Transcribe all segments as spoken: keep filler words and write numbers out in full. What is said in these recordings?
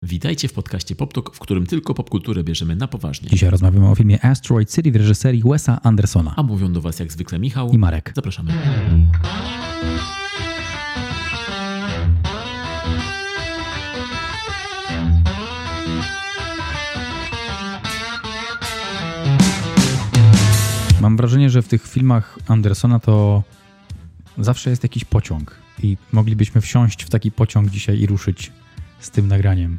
Witajcie w podcaście PopTalk, w którym tylko popkulturę bierzemy na poważnie. Dzisiaj rozmawiamy o filmie Asteroid City w reżyserii Wesa Andersona. A mówią do Was jak zwykle Michał i Marek. Zapraszamy. Mam wrażenie, że w tych filmach Andersona to zawsze jest jakiś pociąg i moglibyśmy wsiąść w taki pociąg dzisiaj i ruszyć z tym nagraniem.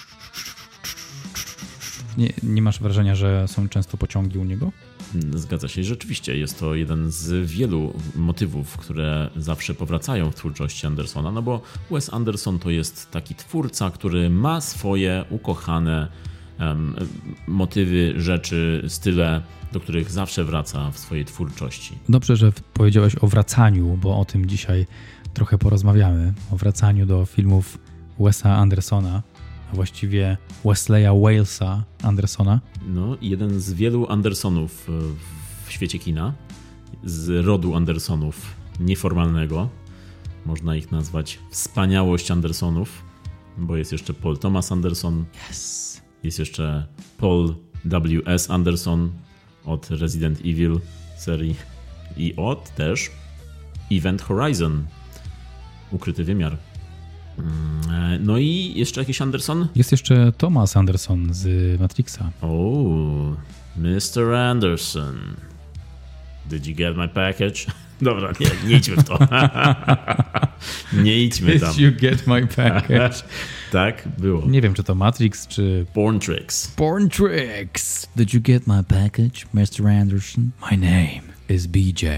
Nie, nie masz wrażenia, że są często pociągi u niego? Zgadza się. Rzeczywiście jest to jeden z wielu motywów, które zawsze powracają w twórczości Andersona, no bo Wes Anderson to jest taki twórca, który ma swoje ukochane um, motywy, rzeczy, style, do których zawsze wraca w swojej twórczości. Dobrze, że powiedziałeś o wracaniu, bo o tym dzisiaj trochę porozmawiamy. O wracaniu do filmów Wesa Andersona, a właściwie Wesleya Walesa Andersona. No, jeden z wielu Andersonów w świecie kina, z rodu Andersonów nieformalnego. Można ich nazwać wspaniałość Andersonów, bo jest jeszcze Paul Thomas Anderson, yes. Jest jeszcze Paul W S Anderson od Resident Evil serii i od też Event Horizon, Ukryty Wymiar. No i jeszcze jakiś Anderson? Jest jeszcze Thomas Anderson z Matrixa. Oh, mister Anderson. Did you get my package? Dobra, nie, nie idźmy w to. Nie idźmy tam. Did you get my package? Tak, było. Nie wiem, czy to Matrix, czy... Porn Tricks. Porn Tricks. Did you get my package, mister Anderson? My name is B J.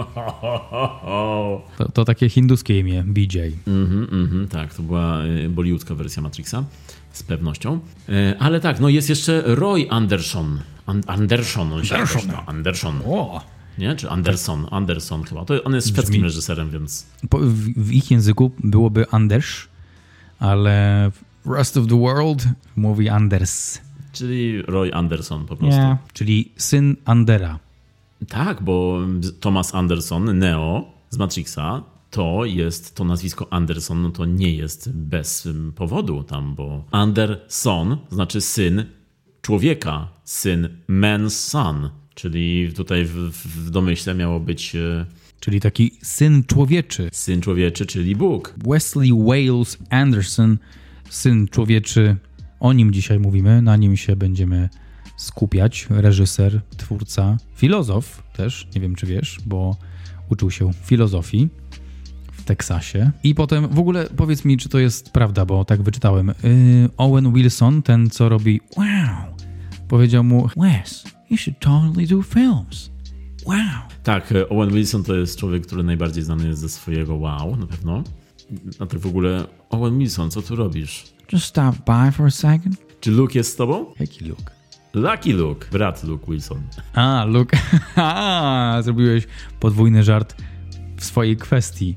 To, to takie hinduskie imię, B J. Mhm, mhm, tak, to była bollywoodzka wersja Matrixa, z pewnością. Ale tak, no jest jeszcze Roy Anderson. An- Anderson, on się Anderson. jakoś, no, Anderson. O. Nie? Czy Anderson, Anderson chyba. To on jest szwedzkim Brzmi... reżyserem, więc... Po, w, w ich języku byłoby Anders, ale w rest of the world mówi Anders. Czyli Roy Anderson po prostu. Yeah. Czyli syn Andera. Tak, bo Thomas Anderson, Neo z Matrixa, to jest to nazwisko Anderson, no to nie jest bez powodu tam, bo Anderson znaczy syn człowieka, syn man's son, czyli tutaj w, w domyśle miało być... Czyli taki syn człowieczy. Syn człowieczy, czyli Bóg. Wesley Wales Anderson, syn człowieczy. O nim dzisiaj mówimy, na nim się będziemy skupiać. Reżyser, twórca, filozof też, nie wiem czy wiesz, bo uczył się filozofii w Teksasie. I potem w ogóle powiedz mi, czy to jest prawda, bo tak wyczytałem. Yy, Owen Wilson, ten co robi wow, powiedział mu Wes, you should totally do films. Wow. Tak, Owen Wilson to jest człowiek, który najbardziej znany jest ze swojego wow, na pewno. A tak w ogóle, Owen Wilson, co tu robisz? Just stop by for a second. Czy Luke jest z tobą? Jaki Luke? Lucky Luke, brat Luke Wilson. A, Luke. A, zrobiłeś podwójny żart w swojej kwestii.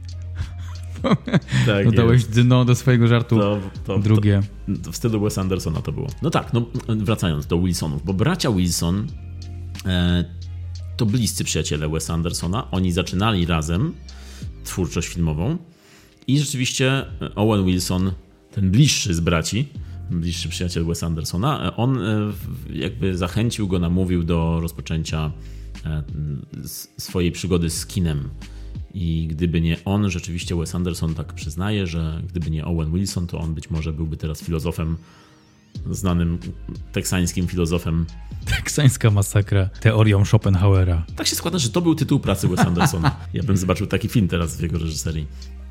Tak, dodałeś dno do swojego żartu. To, to, drugie. To, to w stylu Wes Andersona to było. No tak, no wracając do Wilsonów, bo bracia Wilson e, to bliscy przyjaciele Wesa Andersona. Oni zaczynali razem twórczość filmową i rzeczywiście Owen Wilson, ten bliższy z braci, bliższy przyjaciel Wesa Andersona, on jakby zachęcił go, namówił do rozpoczęcia swojej przygody z kinem. I gdyby nie on, rzeczywiście Wes Anderson tak przyznaje, że gdyby nie Owen Wilson, to on być może byłby teraz filozofem, znanym teksańskim filozofem. Teksańska masakra, teorią Schopenhauera. Tak się składa, że to był tytuł pracy Wes Andersona. Ja bym zobaczył taki film teraz w jego reżyserii.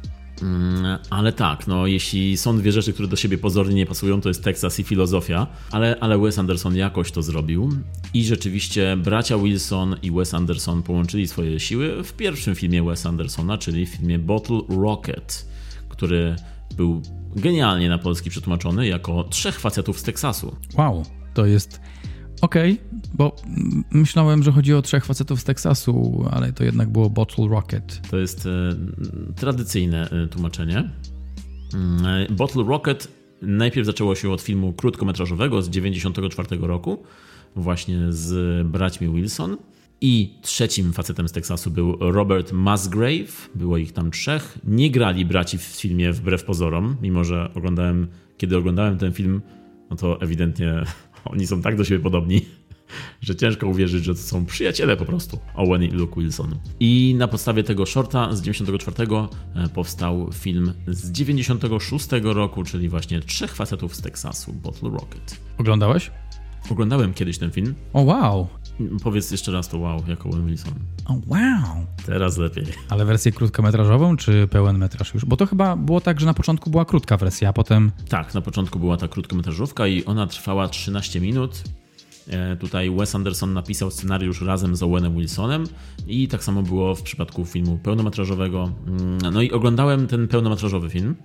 Ale tak, no jeśli są dwie rzeczy, które do siebie pozornie nie pasują, to jest Teksas i filozofia, ale, ale Wes Anderson jakoś to zrobił i rzeczywiście bracia Wilson i Wes Anderson połączyli swoje siły w pierwszym filmie Wesa Andersona, czyli w filmie Bottle Rocket, który był genialnie na polski przetłumaczony jako Trzech facetów z Teksasu. Wow, to jest... Okej, okay, bo myślałem, że chodzi o Trzech facetów z Teksasu, ale to jednak było Bottle Rocket. To jest e, tradycyjne e, tłumaczenie. E, Bottle Rocket najpierw zaczęło się od filmu krótkometrażowego z dziewięćdziesiątego czwartego roku, właśnie z braćmi Wilson. I trzecim facetem z Teksasu był Robert Musgrave. Było ich tam trzech. Nie grali braci w filmie wbrew pozorom, mimo że oglądałem, kiedy oglądałem ten film, no to ewidentnie oni są tak do siebie podobni, że ciężko uwierzyć, że to są przyjaciele po prostu, Owen i Luke Wilson. I na podstawie tego shorta z dziewięćdziesiątego czwartego powstał film z dziewięćdziesiątego szóstego roku, czyli właśnie Trzech facetów z Teksasu, Bottle Rocket. Oglądałeś? Oglądałem kiedyś ten film. O wow! Powiedz jeszcze raz to wow, jako Owen Wilson. O wow! Teraz lepiej. Ale wersję krótkometrażową, czy pełen metraż już? Bo to chyba było tak, że na początku była krótka wersja, a potem... Tak, na początku była ta krótkometrażówka i ona trwała trzynaście minut. Tutaj Wes Anderson napisał scenariusz razem z Owenem Wilsonem i tak samo było w przypadku filmu pełnometrażowego. No i oglądałem ten pełnometrażowy film.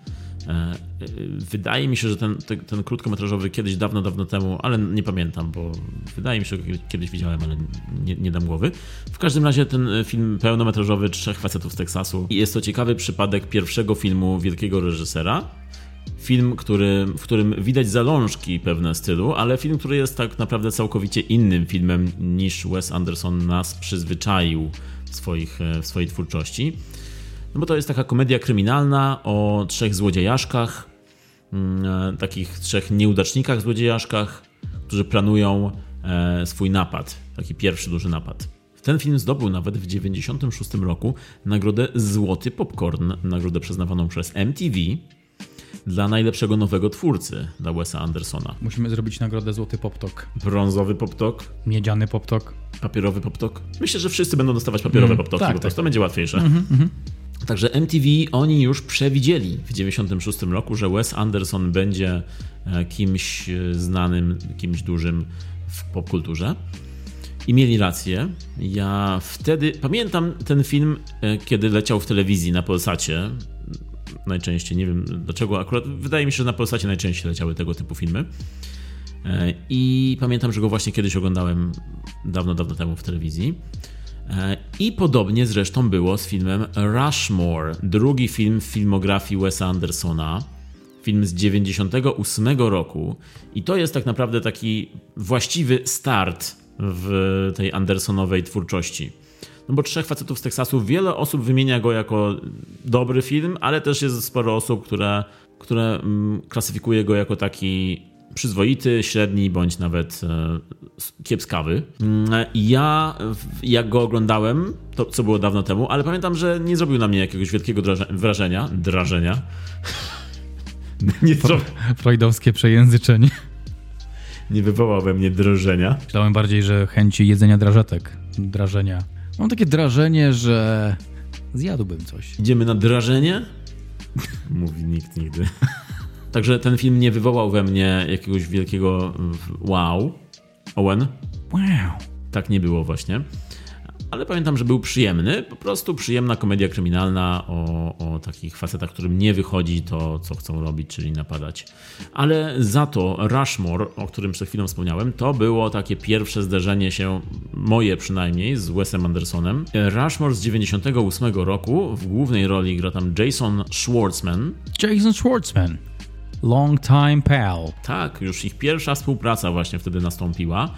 Wydaje mi się, że ten, ten, ten krótkometrażowy kiedyś dawno, dawno temu, ale nie pamiętam, bo wydaje mi się, że kiedyś widziałem, ale nie, nie dam głowy. W każdym razie ten film pełnometrażowy Trzech facetów z Teksasu i jest to ciekawy przypadek pierwszego filmu wielkiego reżysera. Film, który, w którym widać zalążki pewne stylu, ale film, który jest tak naprawdę całkowicie innym filmem niż Wes Anderson nas przyzwyczaił w, swoich, w swojej twórczości. No bo to jest taka komedia kryminalna o trzech złodziejaszkach, takich trzech nieudacznikach złodziejaszkach, którzy planują swój napad, taki pierwszy duży napad. Ten film zdobył nawet w dziewięćdziesiątym szóstym roku nagrodę Złoty Popcorn, nagrodę przyznawaną przez M T V dla najlepszego nowego twórcy, dla Wesa Andersona. Musimy zrobić nagrodę Złoty Poptok. Brązowy Poptok. Miedziany Poptok. Papierowy Poptok. Myślę, że wszyscy będą dostawać papierowe mm, poptoki, tak, po prostu tak. To będzie łatwiejsze. Mm-hmm, mm-hmm. Także M T V oni już przewidzieli w dziewięćdziesiątym szóstym roku, że Wes Anderson będzie kimś znanym, kimś dużym w popkulturze. I mieli rację. Ja wtedy pamiętam ten film, kiedy leciał w telewizji na Polsacie. Najczęściej, nie wiem dlaczego akurat, wydaje mi się, że na Polsacie najczęściej leciały tego typu filmy. I pamiętam, że go właśnie kiedyś oglądałem dawno, dawno temu w telewizji. I podobnie zresztą było z filmem Rushmore, drugi film w filmografii Wesa Andersona. Film z dziewięćdziesiątego ósmego roku. I to jest tak naprawdę taki właściwy start w tej Andersonowej twórczości. No bo Trzech facetów z Teksasu, wiele osób wymienia go jako dobry film, ale też jest sporo osób, które, które mm, klasyfikuje go jako taki przyzwoity, średni, bądź nawet e, kiepskawy. Ja, jak go oglądałem, to co było dawno temu, ale pamiętam, że nie zrobił na mnie jakiegoś wielkiego draże- wrażenia. Drażenia. nie Fro- Freudowskie przejęzyczenie. Nie wywołał we mnie drżenia. Myślałem bardziej, że chęci jedzenia drażetek. Drażenia. Mam takie drażenie, że zjadłbym coś. Idziemy na drażenie? Mówi nikt nigdy. Także ten film nie wywołał we mnie jakiegoś wielkiego wow. Owen? Wow. Tak nie było właśnie. Ale pamiętam, że był przyjemny. Po prostu przyjemna komedia kryminalna o, o takich facetach, którym nie wychodzi to, co chcą robić, czyli napadać. Ale za to Rushmore, o którym przed chwilą wspomniałem, to było takie pierwsze zderzenie się, moje przynajmniej, z Wesem Andersonem. Rushmore z dziewięćdziesiątego ósmego roku. W głównej roli gra tam Jason Schwartzman. Jason Schwartzman. Long time pal. Tak, już ich pierwsza współpraca właśnie wtedy nastąpiła.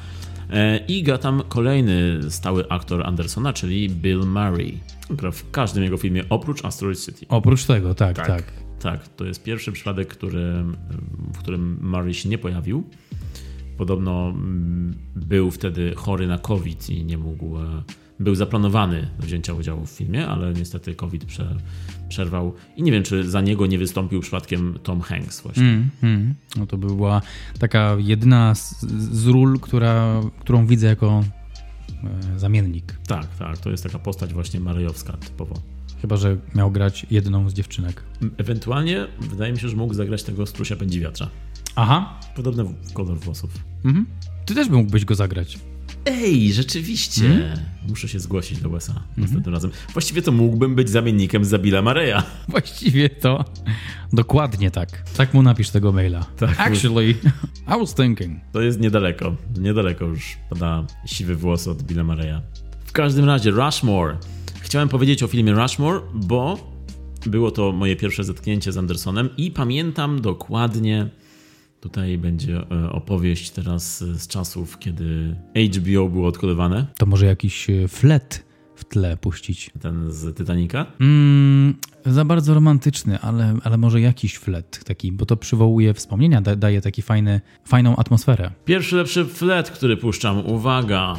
I gra tam kolejny stały aktor Andersona, czyli Bill Murray. Gra w każdym jego filmie oprócz Asteroid City. Oprócz tego, tak, tak. Tak, tak. To jest pierwszy przypadek, który, w którym Murray się nie pojawił. Podobno był wtedy chory na COVID i nie mógł... Był zaplanowany do wzięcia udziału w filmie, ale niestety COVID prze, przerwał. I nie wiem, czy za niego nie wystąpił przypadkiem Tom Hanks właśnie. Mm, mm. No to by była taka jedyna z, z ról, która, którą widzę jako e, zamiennik. Tak, tak. To jest taka postać właśnie marejowska typowo. Chyba że miał grać jedną z dziewczynek. Ewentualnie wydaje mi się, że mógł zagrać tego Strusia Pędziwiatrza. Aha. Podobny kolor włosów. Mhm. Ty też mógłbyś go zagrać. Ej, rzeczywiście. Hmm? Muszę się zgłosić do Wesa hmm. następnym razem. Właściwie to mógłbym być zamiennikiem za Billa Murraya. Właściwie to dokładnie tak. Tak mu napisz tego maila. Tak. Actually, I was thinking. To jest niedaleko. Niedaleko już pada siwy włos od Billa Murraya. W każdym razie Rushmore. Chciałem powiedzieć o filmie Rushmore, bo było to moje pierwsze zetknięcie z Andersonem i pamiętam dokładnie Tutaj będzie opowieść teraz z czasów, kiedy H B O było odkodowane. To może jakiś flet w tle puścić. Ten z Titanica? Mm, za bardzo romantyczny, ale, ale może jakiś flet taki, bo to przywołuje wspomnienia, da, daje taki fajny, fajną atmosferę. Pierwszy lepszy flet, który puszczam. Uwaga!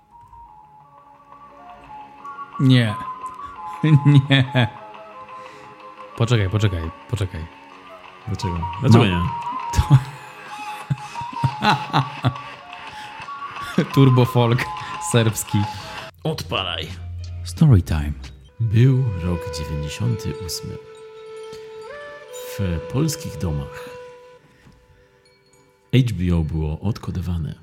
Nie. Nie. Poczekaj, poczekaj, poczekaj. Dlaczego? Dlaczego no, nie? To... Turbo folk serbski. Odpalaj. Story time. Był rok dziewięćdziesiąty ósmy. W polskich domach H B O było odkodowane.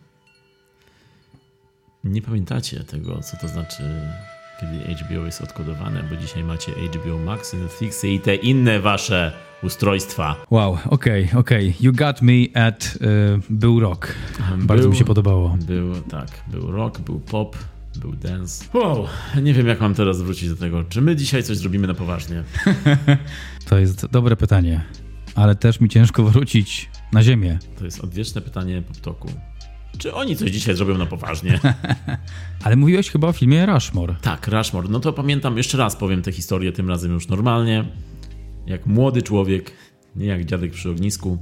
Nie pamiętacie tego, co to znaczy, kiedy H B O jest odkodowane, bo dzisiaj macie H B O Max, Netflixy i te inne wasze ustrojstwa. Wow, okej, okay, okej. Okay. You got me at y, był rock. Bardzo był, mi się podobało. Był, tak, był rock, był pop, był dance. Wow, nie wiem, jak mam teraz wrócić do tego. Czy my dzisiaj coś zrobimy na poważnie? To jest dobre pytanie, ale też mi ciężko wrócić na ziemię. To jest odwieczne pytanie PopTalku. Czy oni coś dzisiaj zrobią na poważnie? Ale mówiłeś chyba o filmie Rushmore. Tak, Rushmore. No to pamiętam, jeszcze raz powiem tę historię, tym razem już normalnie. Jak młody człowiek, nie jak dziadek przy ognisku.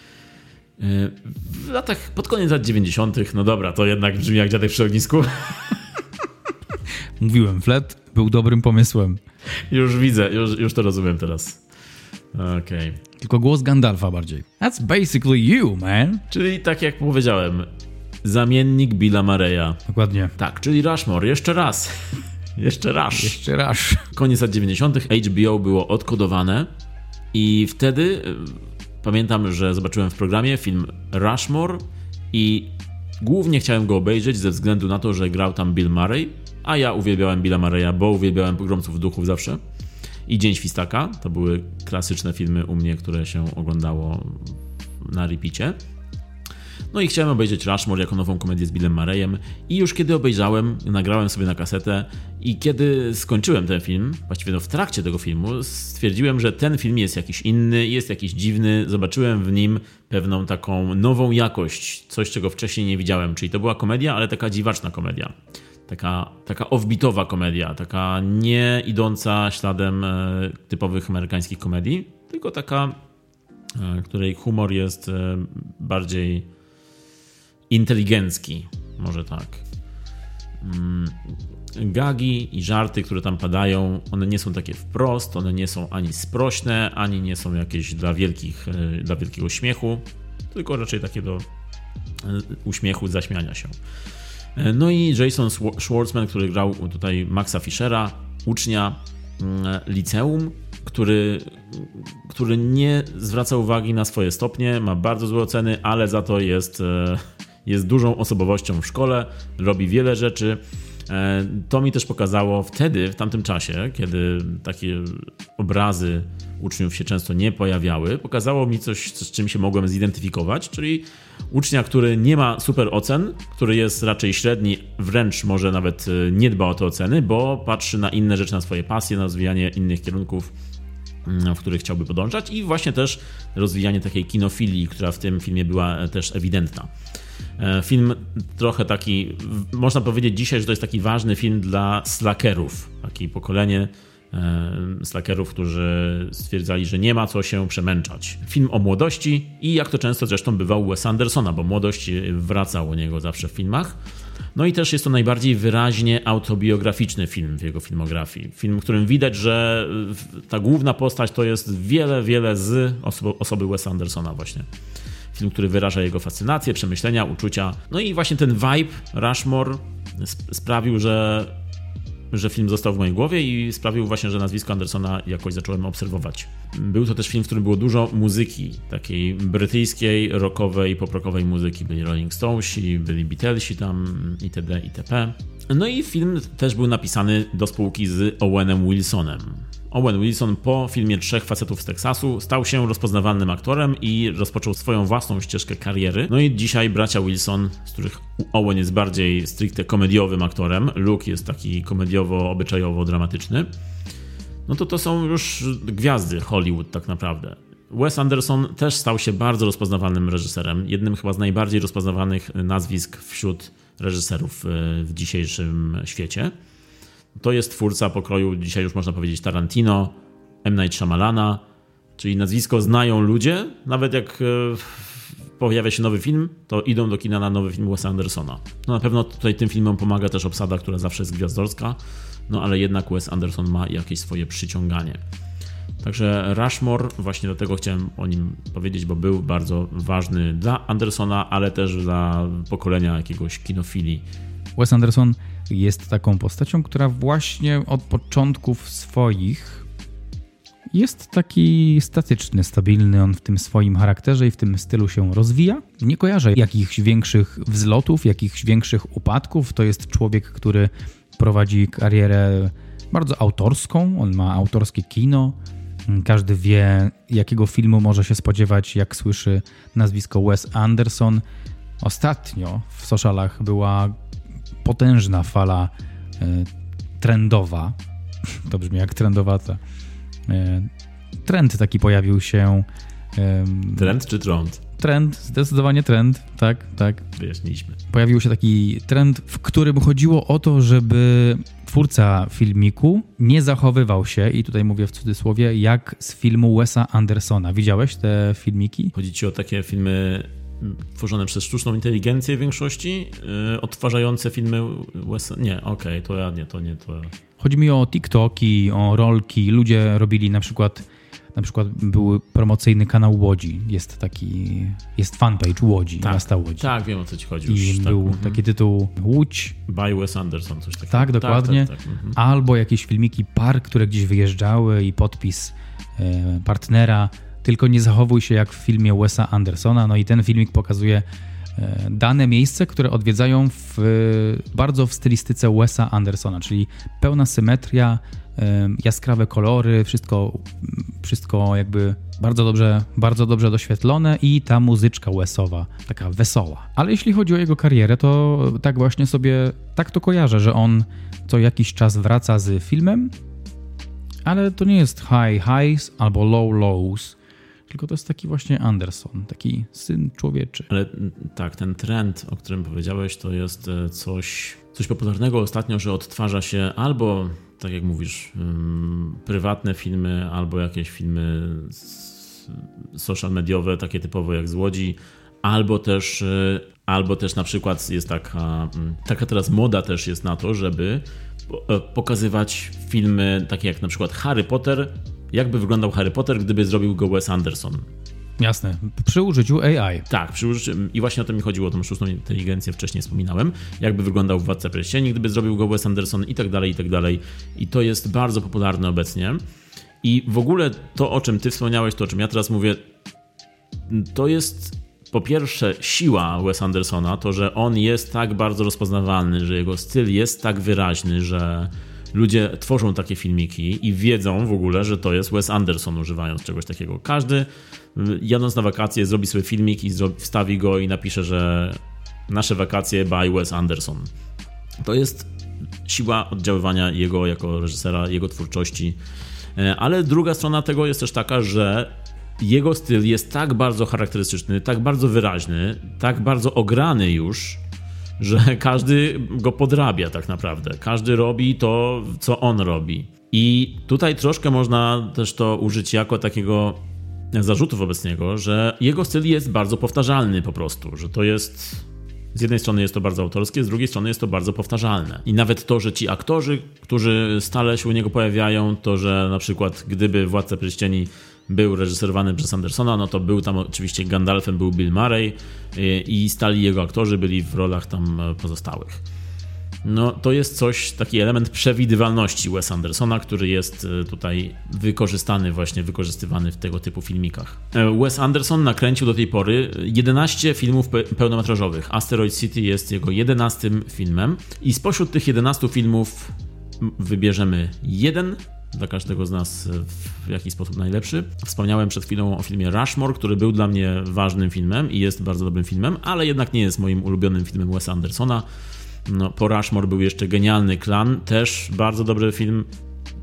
W latach, pod koniec lat dziewięćdziesiątych, no dobra, to jednak brzmi jak dziadek przy ognisku. Mówiłem, flet był dobrym pomysłem. Już widzę, już, już to rozumiem teraz. Okej. Okay. Tylko głos Gandalfa bardziej. That's basically you, man. Czyli tak jak powiedziałem, zamiennik Billa Murraya. Dokładnie. Tak, czyli Rushmore. Jeszcze raz. Jeszcze raz. Jeszcze raz. Koniec lat dziewięćdziesiątych H B O było odkodowane i wtedy pamiętam, że zobaczyłem w programie film Rushmore i głównie chciałem go obejrzeć ze względu na to, że grał tam Bill Murray, a ja uwielbiałem Billa Murraya, bo uwielbiałem Pogromców Duchów zawsze. I Dzień Świstaka. To były klasyczne filmy u mnie, które się oglądało na repeacie. No i chciałem obejrzeć Rushmore jako nową komedię z Billem Murrayem i już kiedy obejrzałem, nagrałem sobie na kasetę i kiedy skończyłem ten film, właściwie no w trakcie tego filmu, stwierdziłem, że ten film jest jakiś inny, jest jakiś dziwny. Zobaczyłem w nim pewną taką nową jakość, coś czego wcześniej nie widziałem. Czyli to była komedia, ale taka dziwaczna komedia. Taka, taka off-beatowa komedia, taka nie idąca śladem e, typowych amerykańskich komedii, tylko taka, e, której humor jest e, bardziej inteligencki, może tak. Mm, gagi i żarty, które tam padają, one nie są takie wprost, one nie są ani sprośne, ani nie są jakieś dla, wielkich, e, dla wielkiego śmiechu, tylko raczej takie do e, uśmiechu, zaśmiania się. No i Jason Schwartzman, który grał tutaj Maxa Fischera, ucznia liceum, który, który nie zwraca uwagi na swoje stopnie, ma bardzo złe oceny, ale za to jest, jest dużą osobowością w szkole, robi wiele rzeczy. To mi też pokazało wtedy, w tamtym czasie, kiedy takie obrazy uczniów się często nie pojawiały, pokazało mi coś, z czym się mogłem zidentyfikować, czyli ucznia, który nie ma super ocen, który jest raczej średni, wręcz może nawet nie dba o te oceny, bo patrzy na inne rzeczy, na swoje pasje, na rozwijanie innych kierunków, w których chciałby podążać i właśnie też rozwijanie takiej kinofilii, która w tym filmie była też ewidentna. Film trochę taki, można powiedzieć dzisiaj, że to jest taki ważny film dla slackerów, takie pokolenie slackerów, którzy stwierdzali, że nie ma co się przemęczać. Film o młodości i jak to często zresztą bywał u Wesa Andersona, bo młodość wraca u niego zawsze w filmach. No i też jest to najbardziej wyraźnie autobiograficzny film w jego filmografii. Film, w którym widać, że ta główna postać to jest wiele, wiele z osoby, osoby Wesa Andersona właśnie. Film, który wyraża jego fascynację, przemyślenia, uczucia. No i właśnie ten vibe Rushmore sprawił, że że film został w mojej głowie i sprawił właśnie, że nazwisko Andersona jakoś zacząłem obserwować. Był to też film, w którym było dużo muzyki, takiej brytyjskiej, rockowej, pop-rockowej muzyki. Byli Rolling Stonesi, byli Beatlesi tam itd. itp. No i film też był napisany do spółki z Owenem Wilsonem. Owen Wilson po filmie Trzech facetów z Teksasu stał się rozpoznawalnym aktorem i rozpoczął swoją własną ścieżkę kariery. No i dzisiaj bracia Wilson, z których Owen jest bardziej stricte komediowym aktorem, Luke jest taki komediowo-obyczajowo-dramatyczny, no to to są już gwiazdy Hollywood tak naprawdę. Wes Anderson też stał się bardzo rozpoznawalnym reżyserem. Jednym chyba z najbardziej rozpoznawanych nazwisk wśród reżyserów w dzisiejszym świecie. To jest twórca pokroju, dzisiaj już można powiedzieć, Tarantino, M. Night Shyamalana, czyli nazwisko znają ludzie. Nawet jak pojawia się nowy film, to idą do kina na nowy film Wesa Andersona. No na pewno tutaj tym filmom pomaga też obsada, która zawsze jest gwiazdorska, no ale jednak Wes Anderson ma jakieś swoje przyciąganie. Także Rushmore, właśnie dlatego chciałem o nim powiedzieć, bo był bardzo ważny dla Andersona, ale też dla pokolenia jakiegoś kinofilii. Wes Anderson jest taką postacią, która właśnie od początków swoich jest taki statyczny, stabilny. On w tym swoim charakterze i w tym stylu się rozwija. Nie kojarzę jakichś większych wzlotów, jakichś większych upadków. To jest człowiek, który prowadzi karierę bardzo autorską. On ma autorskie kino. Każdy wie, jakiego filmu może się spodziewać, jak słyszy nazwisko Wes Anderson. Ostatnio w socialach była potężna fala e, trendowa. To brzmi jak trendowata. E, trend taki pojawił się. E, trend czy trąd? Trend, zdecydowanie trend, tak, tak. Wyjaśniliśmy. Pojawił się taki trend, w którym chodziło o to, żeby twórca filmiku nie zachowywał się, i tutaj mówię w cudzysłowie, jak z filmu Wesa Andersona. Widziałeś te filmiki? Chodzi ci o takie filmy tworzone przez sztuczną inteligencję w większości, yy, odtwarzające filmy Wesa... Nie, okej, okay, to ja nie, to nie, to... Chodzi mi o TikToki, o rolki. Ludzie robili na przykład... Na przykład był promocyjny kanał Łodzi. Jest taki, jest fanpage Łodzi, tak, miasta Łodzi. Tak, wiem o co ci chodzi. I już, był tak, taki tytuł Łódź. By Wes Anderson, coś takiego. Tak, dokładnie. Tak, tak, tak. Mhm. Albo jakieś filmiki par, które gdzieś wyjeżdżały i podpis e, partnera. Tylko nie zachowuj się jak w filmie Wesa Andersona. No i ten filmik pokazuje e, dane miejsce, które odwiedzają w, e, bardzo w stylistyce Wesa Andersona, czyli pełna symetria, jaskrawe kolory, wszystko, wszystko jakby bardzo dobrze, bardzo dobrze doświetlone i ta muzyczka Wesowa, taka wesoła. Ale jeśli chodzi o jego karierę, to tak właśnie sobie, tak to kojarzę, że on co jakiś czas wraca z filmem, ale to nie jest high highs albo low lows, tylko to jest taki właśnie Anderson, taki syn człowieczy. Ale tak, ten trend, o którym powiedziałeś, to jest coś, coś popularnego ostatnio, że odtwarza się albo, tak jak mówisz, um, prywatne filmy, albo jakieś filmy social mediowe, takie typowe jak z Łodzi, albo też, albo też na przykład jest taka, taka teraz moda też jest na to, żeby pokazywać filmy takie jak na przykład Harry Potter, jakby wyglądał Harry Potter, gdyby zrobił go Wes Anderson. Jasne, przy użyciu A I. Tak, przy użyciu, i właśnie o to mi chodziło, o tą sztuczną inteligencję wcześniej wspominałem, jakby wyglądał Władca Pierścieni, gdyby zrobił go Wes Anderson i tak dalej, i tak dalej. I to jest bardzo popularne obecnie. I w ogóle to, o czym ty wspomniałeś, to o czym ja teraz mówię, to jest po pierwsze siła Wes Andersona, to, że on jest tak bardzo rozpoznawalny, że jego styl jest tak wyraźny, że ludzie tworzą takie filmiki i wiedzą w ogóle, że to jest Wes Anderson, używając czegoś takiego. Każdy jadąc na wakacje zrobi sobie filmik i wstawi go i napisze, że nasze wakacje by Wes Anderson. To jest siła oddziaływania jego jako reżysera, jego twórczości. Ale druga strona tego jest też taka, że jego styl jest tak bardzo charakterystyczny, tak bardzo wyraźny, tak bardzo ograny już, że każdy go podrabia tak naprawdę. Każdy robi to, co on robi. I tutaj troszkę można też to użyć jako takiego zarzutu wobec niego, że jego styl jest bardzo powtarzalny po prostu, że to jest... Z jednej strony jest to bardzo autorskie, z drugiej strony jest to bardzo powtarzalne. I nawet to, że ci aktorzy, którzy stale się u niego pojawiają, to, że na przykład gdyby Władca Pierścieni był reżyserowany przez Andersona, no to był tam oczywiście Gandalfem, był Bill Murray i stali jego aktorzy byli w rolach tam pozostałych. No to jest coś, taki element przewidywalności Wesa Andersona, który jest tutaj wykorzystany, właśnie wykorzystywany w tego typu filmikach. Wes Anderson nakręcił do tej pory jedenaście filmów pełnometrażowych. Asteroid City jest jego jedenastym filmem i spośród tych jedenastu filmów wybierzemy jeden dla każdego z nas w jakiś sposób najlepszy. Wspomniałem przed chwilą o filmie Rushmore, który był dla mnie ważnym filmem i jest bardzo dobrym filmem, ale jednak nie jest moim ulubionym filmem Wesa Andersona. No, po Rushmore był jeszcze Genialny Klan, też bardzo dobry film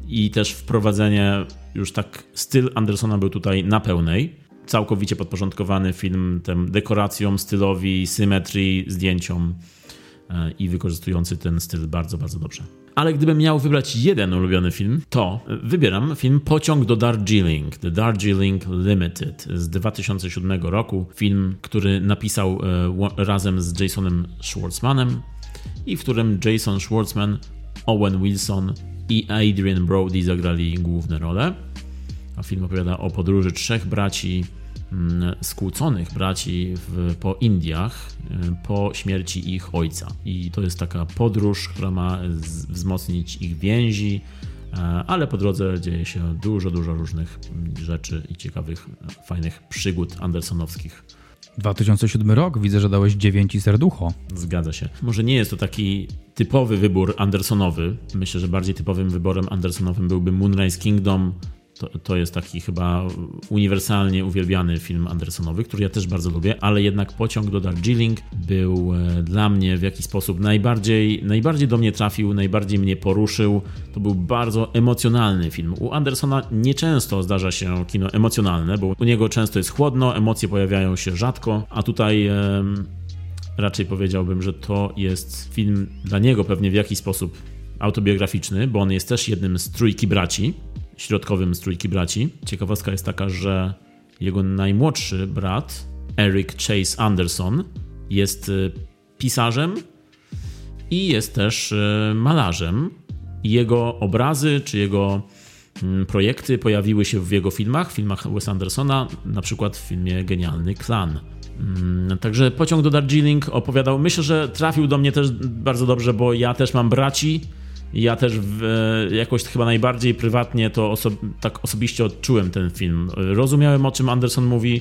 i też wprowadzenie, już tak styl Andersona był tutaj na pełnej. Całkowicie podporządkowany film tym dekoracjom, stylowi, symetrii, zdjęciom i wykorzystujący ten styl bardzo, bardzo dobrze. Ale gdybym miał wybrać jeden ulubiony film, to wybieram film Pociąg do Darjeeling, The Darjeeling Limited z dwa tysiące siódmego roku. Film, który napisał e, razem z Jasonem Schwartzmanem i w którym Jason Schwartzman, Owen Wilson i Adrian Brody zagrali główne role. A film opowiada o podróży trzech braci, skłóconych braci w, po Indiach po śmierci ich ojca. I to jest taka podróż, która ma z, wzmocnić ich więzi, ale po drodze dzieje się dużo, dużo różnych rzeczy i ciekawych, fajnych przygód andersonowskich. dwa tysiące siódmy rok, widzę, że dałeś dziewięć i serducho. Zgadza się. Może nie jest to taki typowy wybór andersonowy. Myślę, że bardziej typowym wyborem andersonowym byłby Moonrise Kingdom. To, to jest taki chyba uniwersalnie uwielbiany film andersonowy, który ja też bardzo lubię, ale jednak Pociąg do Darjeeling był dla mnie w jakiś sposób najbardziej, najbardziej do mnie trafił, najbardziej mnie poruszył. To był bardzo emocjonalny film. U Andersona nieczęsto zdarza się kino emocjonalne, bo u niego często jest chłodno, emocje pojawiają się rzadko, a tutaj e, raczej powiedziałbym, że to jest film dla niego pewnie w jakiś sposób autobiograficzny, bo on jest też jednym z trójki braci, środkowym z trójki braci. Ciekawostka jest taka, że jego najmłodszy brat, Eric Chase Anderson, jest pisarzem i jest też malarzem. Jego obrazy czy jego projekty pojawiły się w jego filmach, w filmach Wesa Andersona, na przykład w filmie Genialny Klan. Także Pociąg do Darjeeling opowiadał, myślę, że trafił do mnie też bardzo dobrze, bo ja też mam braci. Ja też w, jakoś chyba najbardziej prywatnie to oso- tak osobiście odczułem ten film. Rozumiałem, o czym Anderson mówi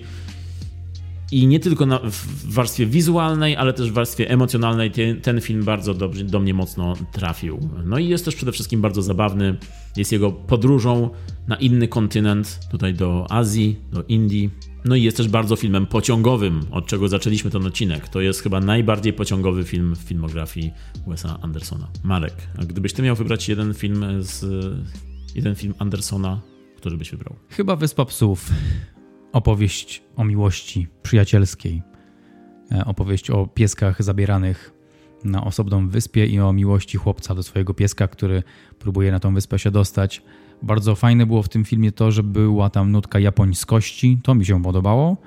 i nie tylko na, w warstwie wizualnej, ale też w warstwie emocjonalnej ten, ten film bardzo dobrze, do mnie mocno trafił. No i jest też przede wszystkim bardzo zabawny. Jest jego podróżą na inny kontynent, tutaj do Azji, do Indii. No i jest też bardzo filmem pociągowym, od czego zaczęliśmy ten odcinek. To jest chyba najbardziej pociągowy film w filmografii Wesa Andersona. Marek, a gdybyś ty miał wybrać jeden film z jeden film Andersona, który byś wybrał? Chyba Wyspa Psów. Opowieść o miłości przyjacielskiej. Opowieść o pieskach zabieranych na osobną wyspie i o miłości chłopca do swojego pieska, który próbuje na tą wyspę się dostać. Bardzo fajne było w tym filmie to, że była tam nutka japońskości. To mi się podobało.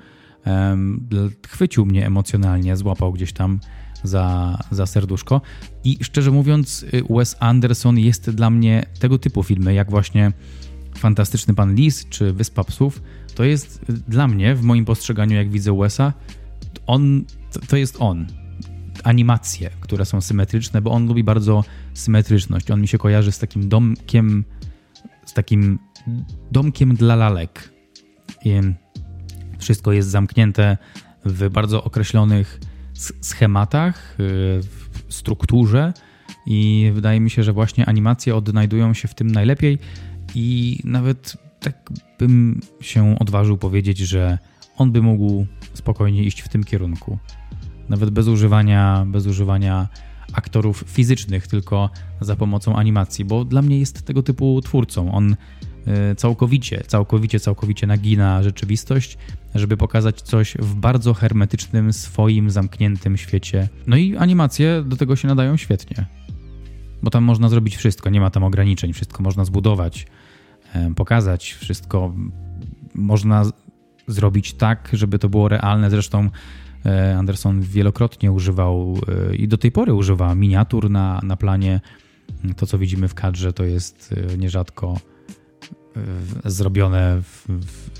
Chwycił mnie emocjonalnie, złapał gdzieś tam za, za serduszko. I szczerze mówiąc, Wes Anderson jest dla mnie tego typu filmy, jak właśnie Fantastyczny Pan Lis czy Wyspa Psów. To jest dla mnie, w moim postrzeganiu, jak widzę Wesa, on, to, to jest on. Animacje, które są symetryczne, bo on lubi bardzo symetryczność. On mi się kojarzy z takim domkiem z takim domkiem dla lalek. I wszystko jest zamknięte w bardzo określonych schematach, w strukturze i wydaje mi się, że właśnie animacje odnajdują się w tym najlepiej i nawet tak bym się odważył powiedzieć, że on by mógł spokojnie iść w tym kierunku. Nawet bez używania, bez używania aktorów fizycznych, tylko za pomocą animacji, bo dla mnie jest tego typu twórcą. On całkowicie, całkowicie, całkowicie nagina rzeczywistość, żeby pokazać coś w bardzo hermetycznym, swoim, zamkniętym świecie. No i animacje do tego się nadają świetnie, bo tam można zrobić wszystko, nie ma tam ograniczeń, wszystko można zbudować, pokazać, wszystko można zrobić tak, żeby to było realne. Zresztą Anderson wielokrotnie używał i do tej pory używa miniatur na, na planie. To, co widzimy w kadrze, to jest nierzadko zrobione w, w,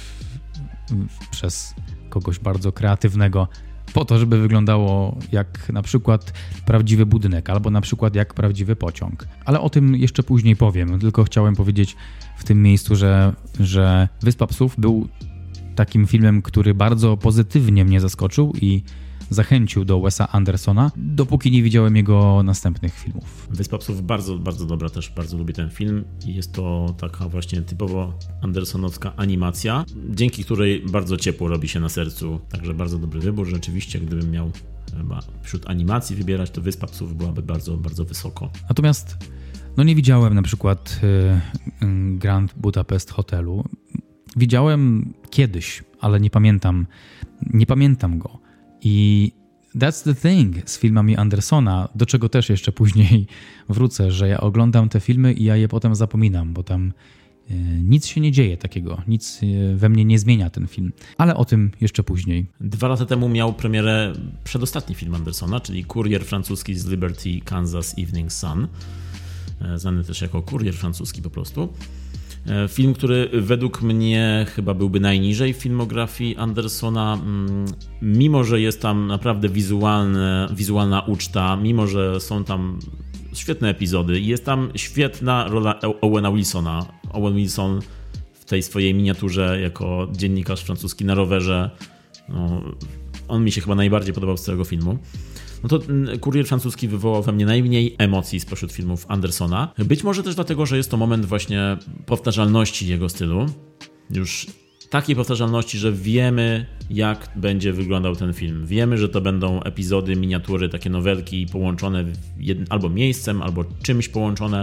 w, przez kogoś bardzo kreatywnego po to, żeby wyglądało jak na przykład prawdziwy budynek albo na przykład jak prawdziwy pociąg. Ale o tym jeszcze później powiem. Tylko chciałem powiedzieć w tym miejscu, że, że Wyspa Psów był takim filmem, który bardzo pozytywnie mnie zaskoczył i zachęcił do Wesa Andersona, dopóki nie widziałem jego następnych filmów. Wyspa Psów bardzo, bardzo dobra, też bardzo lubię ten film i jest to taka właśnie typowo andersonowska animacja, dzięki której bardzo ciepło robi się na sercu, także bardzo dobry wybór. Rzeczywiście, gdybym miał chyba wśród animacji wybierać, to Wyspa Psów byłaby bardzo, bardzo wysoko. Natomiast No nie widziałem na przykład Grand Budapest Hotelu. Widziałem kiedyś, ale nie pamiętam, nie pamiętam go. I that's the thing z filmami Andersona, do czego też jeszcze później wrócę, że ja oglądam te filmy i ja je potem zapominam, bo tam nic się nie dzieje takiego, nic we mnie nie zmienia ten film. Ale o tym jeszcze później. Dwa lata temu miał premierę przedostatni film Andersona, czyli Kurier francuski z Liberty Kansas Evening Sun. Znany też jako Kurier francuski po prostu. Film, który według mnie chyba byłby najniżej w filmografii Andersona, mimo że jest tam naprawdę wizualne, wizualna uczta, mimo że są tam świetne epizody i jest tam świetna rola Owena Wilsona. Owen Wilson w tej swojej miniaturze jako dziennikarz francuski na rowerze, no, on mi się chyba najbardziej podobał z całego filmu. No to Kurier francuski wywołał we mnie najmniej emocji spośród filmów Andersona. Być może też dlatego, że jest to moment właśnie powtarzalności jego stylu. Już takiej powtarzalności, że wiemy, jak będzie wyglądał ten film. Wiemy, że to będą epizody, miniatury, takie nowelki połączone jednym, albo miejscem, albo czymś połączone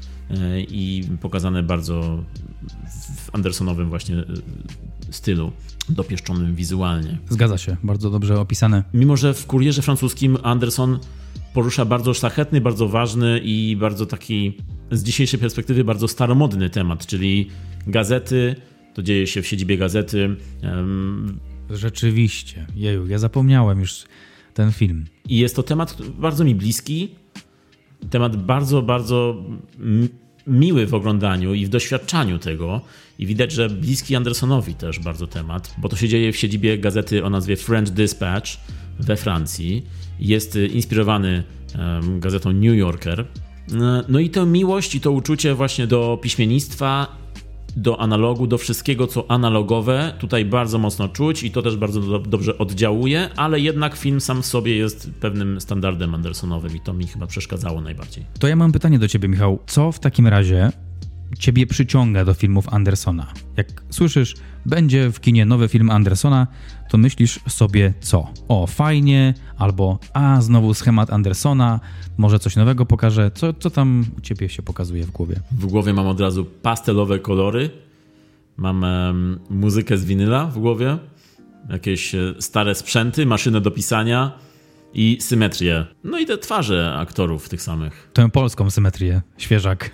i pokazane bardzo w Andersonowym właśnie stylu, dopieszczonym wizualnie. Zgadza się, bardzo dobrze opisane. Mimo że w Kurierze francuskim Anderson porusza bardzo szlachetny, bardzo ważny i bardzo taki z dzisiejszej perspektywy bardzo staromodny temat, czyli gazety, to dzieje się w siedzibie gazety. Um, Rzeczywiście, jeju, ja zapomniałem już ten film. I jest to temat bardzo mi bliski, temat bardzo, bardzo miły w oglądaniu i w doświadczaniu tego. I widać, że bliski Andersonowi też bardzo temat, bo to się dzieje w siedzibie gazety o nazwie French Dispatch we Francji. Jest inspirowany um, gazetą New Yorker. No i to miłość i to uczucie właśnie do piśmiennictwa, do analogu, do wszystkiego, co analogowe, tutaj bardzo mocno czuć i to też bardzo do, dobrze oddziałuje, ale jednak film sam w sobie jest pewnym standardem Andersonowym i to mi chyba przeszkadzało najbardziej. To ja mam pytanie do ciebie, Michał. Co w takim razie ciebie przyciąga do filmów Andersona? Jak słyszysz, będzie w kinie nowy film Andersona, to myślisz sobie co? O, fajnie, albo a, znowu schemat Andersona, może coś nowego pokaże. Co, co tam u ciebie się pokazuje w głowie? W głowie mam od razu pastelowe kolory, mam um, muzykę z winyla w głowie, jakieś stare sprzęty, maszynę do pisania i symetrię. No i te twarze aktorów tych samych. Tę polską symetrię, świeżak.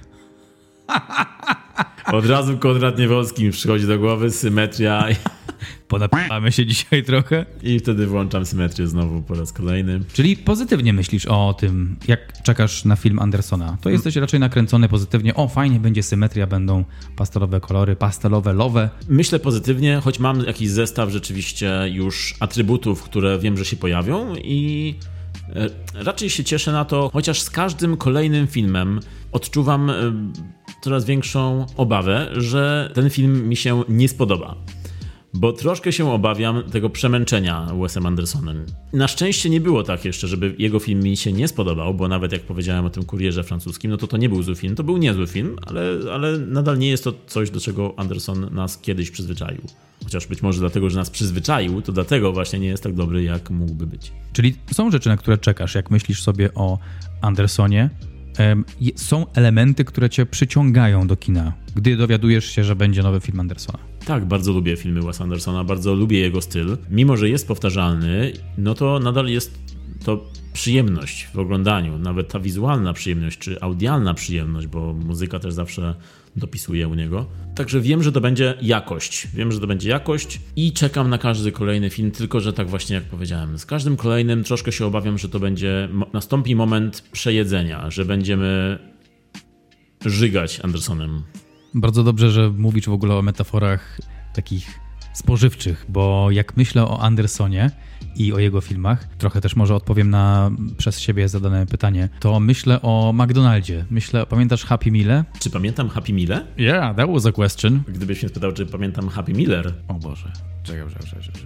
Od razu Konrad Niewolski mi przychodzi do głowy, symetria. Podapamy się dzisiaj trochę. I wtedy włączam symetrię znowu po raz kolejny. Czyli pozytywnie myślisz o tym, jak czekasz na film Andersona. To jesteś raczej nakręcony pozytywnie. O, fajnie, będzie symetria, będą pastelowe kolory, pastelowe, lowe. Myślę pozytywnie, choć mam jakiś zestaw rzeczywiście już atrybutów, które wiem, że się pojawią i raczej się cieszę na to, chociaż z każdym kolejnym filmem odczuwam coraz większą obawę, że ten film mi się nie spodoba. Bo troszkę się obawiam tego przemęczenia Wesem Andersonem. Na szczęście nie było tak jeszcze, żeby jego film mi się nie spodobał, bo nawet jak powiedziałem o tym Kurierze francuskim, no to to nie był zły film, to był niezły film, ale, ale nadal nie jest to coś, do czego Anderson nas kiedyś przyzwyczaił. Chociaż być może dlatego, że nas przyzwyczaił, to dlatego właśnie nie jest tak dobry, jak mógłby być. Czyli są rzeczy, na które czekasz, jak myślisz sobie o Andersonie. Są elementy, które cię przyciągają do kina, gdy dowiadujesz się, że będzie nowy film Andersona. Tak, bardzo lubię filmy Wesa Andersona, bardzo lubię jego styl. Mimo że jest powtarzalny, no to nadal jest to przyjemność w oglądaniu. Nawet ta wizualna przyjemność, czy audialna przyjemność, bo muzyka też zawsze dopisuje u niego. Także wiem, że to będzie jakość. Wiem, że to będzie jakość i czekam na każdy kolejny film, tylko że tak właśnie jak powiedziałem, z każdym kolejnym troszkę się obawiam, że to będzie, nastąpi moment przejedzenia, że będziemy żygać Andersonem. Bardzo dobrze, że mówisz w ogóle o metaforach takich spożywczych, bo jak myślę o Andersonie i o jego filmach, trochę też może odpowiem na przez siebie zadane pytanie, to myślę o McDonaldzie. Myślę, pamiętasz Happy Meal? Czy pamiętam Happy Meal? Yeah, that was a question. Gdybyś mnie spytał, czy pamiętam Happy Miller. O Boże, czekaj, czekaj, czekaj, czekaj.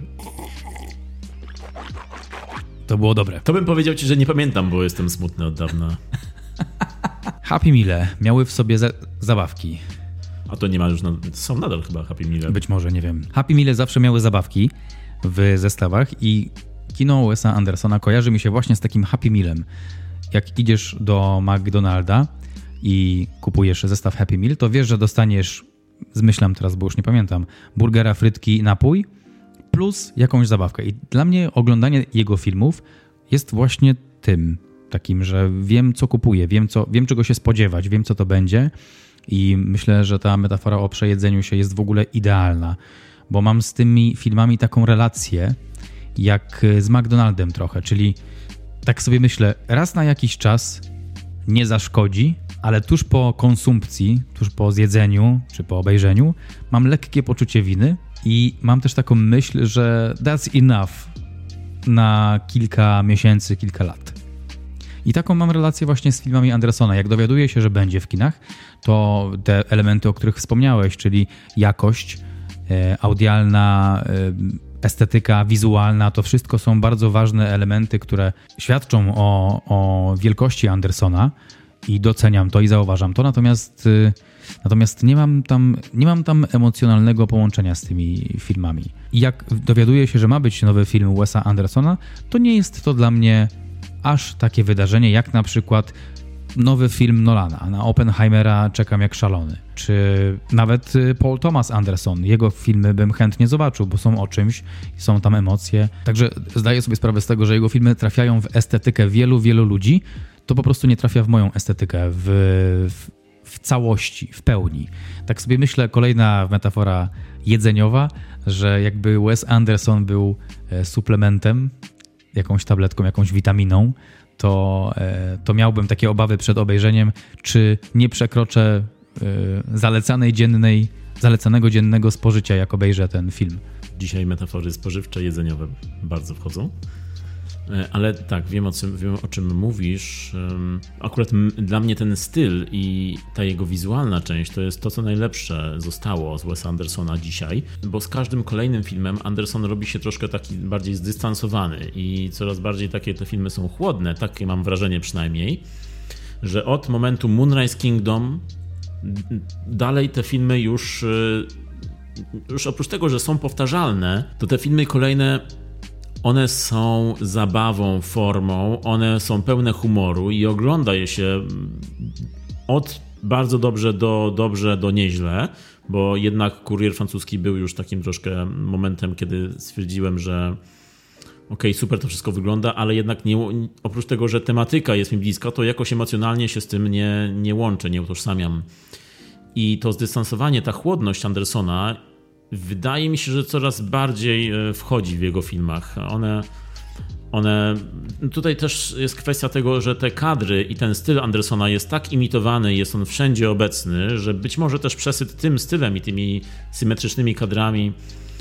To było dobre. To bym powiedział ci, że nie pamiętam, bo jestem smutny od dawna. Happy Meal miały w sobie za- zabawki. A to nie ma już, są nadal chyba Happy Meal. Być może, nie wiem. Happy Meal zawsze miały zabawki w zestawach i kino Wesa Andersona kojarzy mi się właśnie z takim Happy Mealem. Jak idziesz do McDonalda, i kupujesz zestaw Happy Meal, to wiesz, że dostaniesz, zmyślam teraz, bo już nie pamiętam, burgera, frytki, napój plus jakąś zabawkę. I dla mnie oglądanie jego filmów jest właśnie tym takim, że wiem, co kupuję, wiem, co, wiem czego się spodziewać, wiem, co to będzie i myślę, że ta metafora o przejedzeniu się jest w ogóle idealna, bo mam z tymi filmami taką relację jak z McDonaldem trochę, czyli tak sobie myślę, raz na jakiś czas nie zaszkodzi, ale tuż po konsumpcji, tuż po zjedzeniu czy po obejrzeniu mam lekkie poczucie winy i mam też taką myśl, że that's enough na kilka miesięcy, kilka lat. I taką mam relację właśnie z filmami Andersona. Jak dowiaduję się, że będzie w kinach, to te elementy, o których wspomniałeś, czyli jakość e, audialna, e, estetyka wizualna, to wszystko są bardzo ważne elementy, które świadczą o, o wielkości Andersona i doceniam to i zauważam to, natomiast, e, natomiast nie mam tam, nie mam tam emocjonalnego połączenia z tymi filmami. I jak dowiaduję się, że ma być nowy film Wesa Andersona, to nie jest to dla mnie aż takie wydarzenie, jak na przykład nowy film Nolana. Na Oppenheimera czekam jak szalony. Czy nawet Paul Thomas Anderson. Jego filmy bym chętnie zobaczył, bo są o czymś i są tam emocje. Także zdaję sobie sprawę z tego, że jego filmy trafiają w estetykę wielu, wielu ludzi. To po prostu nie trafia w moją estetykę, w, w, w całości, w pełni. Tak sobie myślę, kolejna metafora jedzeniowa, że jakby Wes Anderson był suplementem, jakąś tabletką, jakąś witaminą, to, to miałbym takie obawy przed obejrzeniem, czy nie przekroczę zalecanej dziennej, zalecanego dziennego spożycia, jak obejrzę ten film. Dzisiaj metafory spożywcze, jedzeniowe bardzo wchodzą. Ale tak, wiem o czym, wiem, o czym mówisz. Akurat dla mnie ten styl i ta jego wizualna część to jest to, co najlepsze zostało z Wesa Andersona dzisiaj, bo z każdym kolejnym filmem Anderson robi się troszkę taki bardziej zdystansowany i coraz bardziej takie te filmy są chłodne, takie mam wrażenie przynajmniej, że od momentu Moonrise Kingdom dalej te filmy już, już oprócz tego, że są powtarzalne, to te filmy kolejne one są zabawą, formą, one są pełne humoru i ogląda je się od bardzo dobrze do dobrze do nieźle, bo jednak Kurier Francuski był już takim troszkę momentem, kiedy stwierdziłem, że okej, okay, super to wszystko wygląda, ale jednak nie, oprócz tego, że tematyka jest mi bliska, to jakoś emocjonalnie się z tym nie, nie łączę, nie utożsamiam. I to zdystansowanie, ta chłodność Andersona wydaje mi się, że coraz bardziej wchodzi w jego filmach. One, one... Tutaj też jest kwestia tego, że te kadry i ten styl Andersona jest tak imitowany, jest on wszędzie obecny, że być może też przesyt tym stylem i tymi symetrycznymi kadrami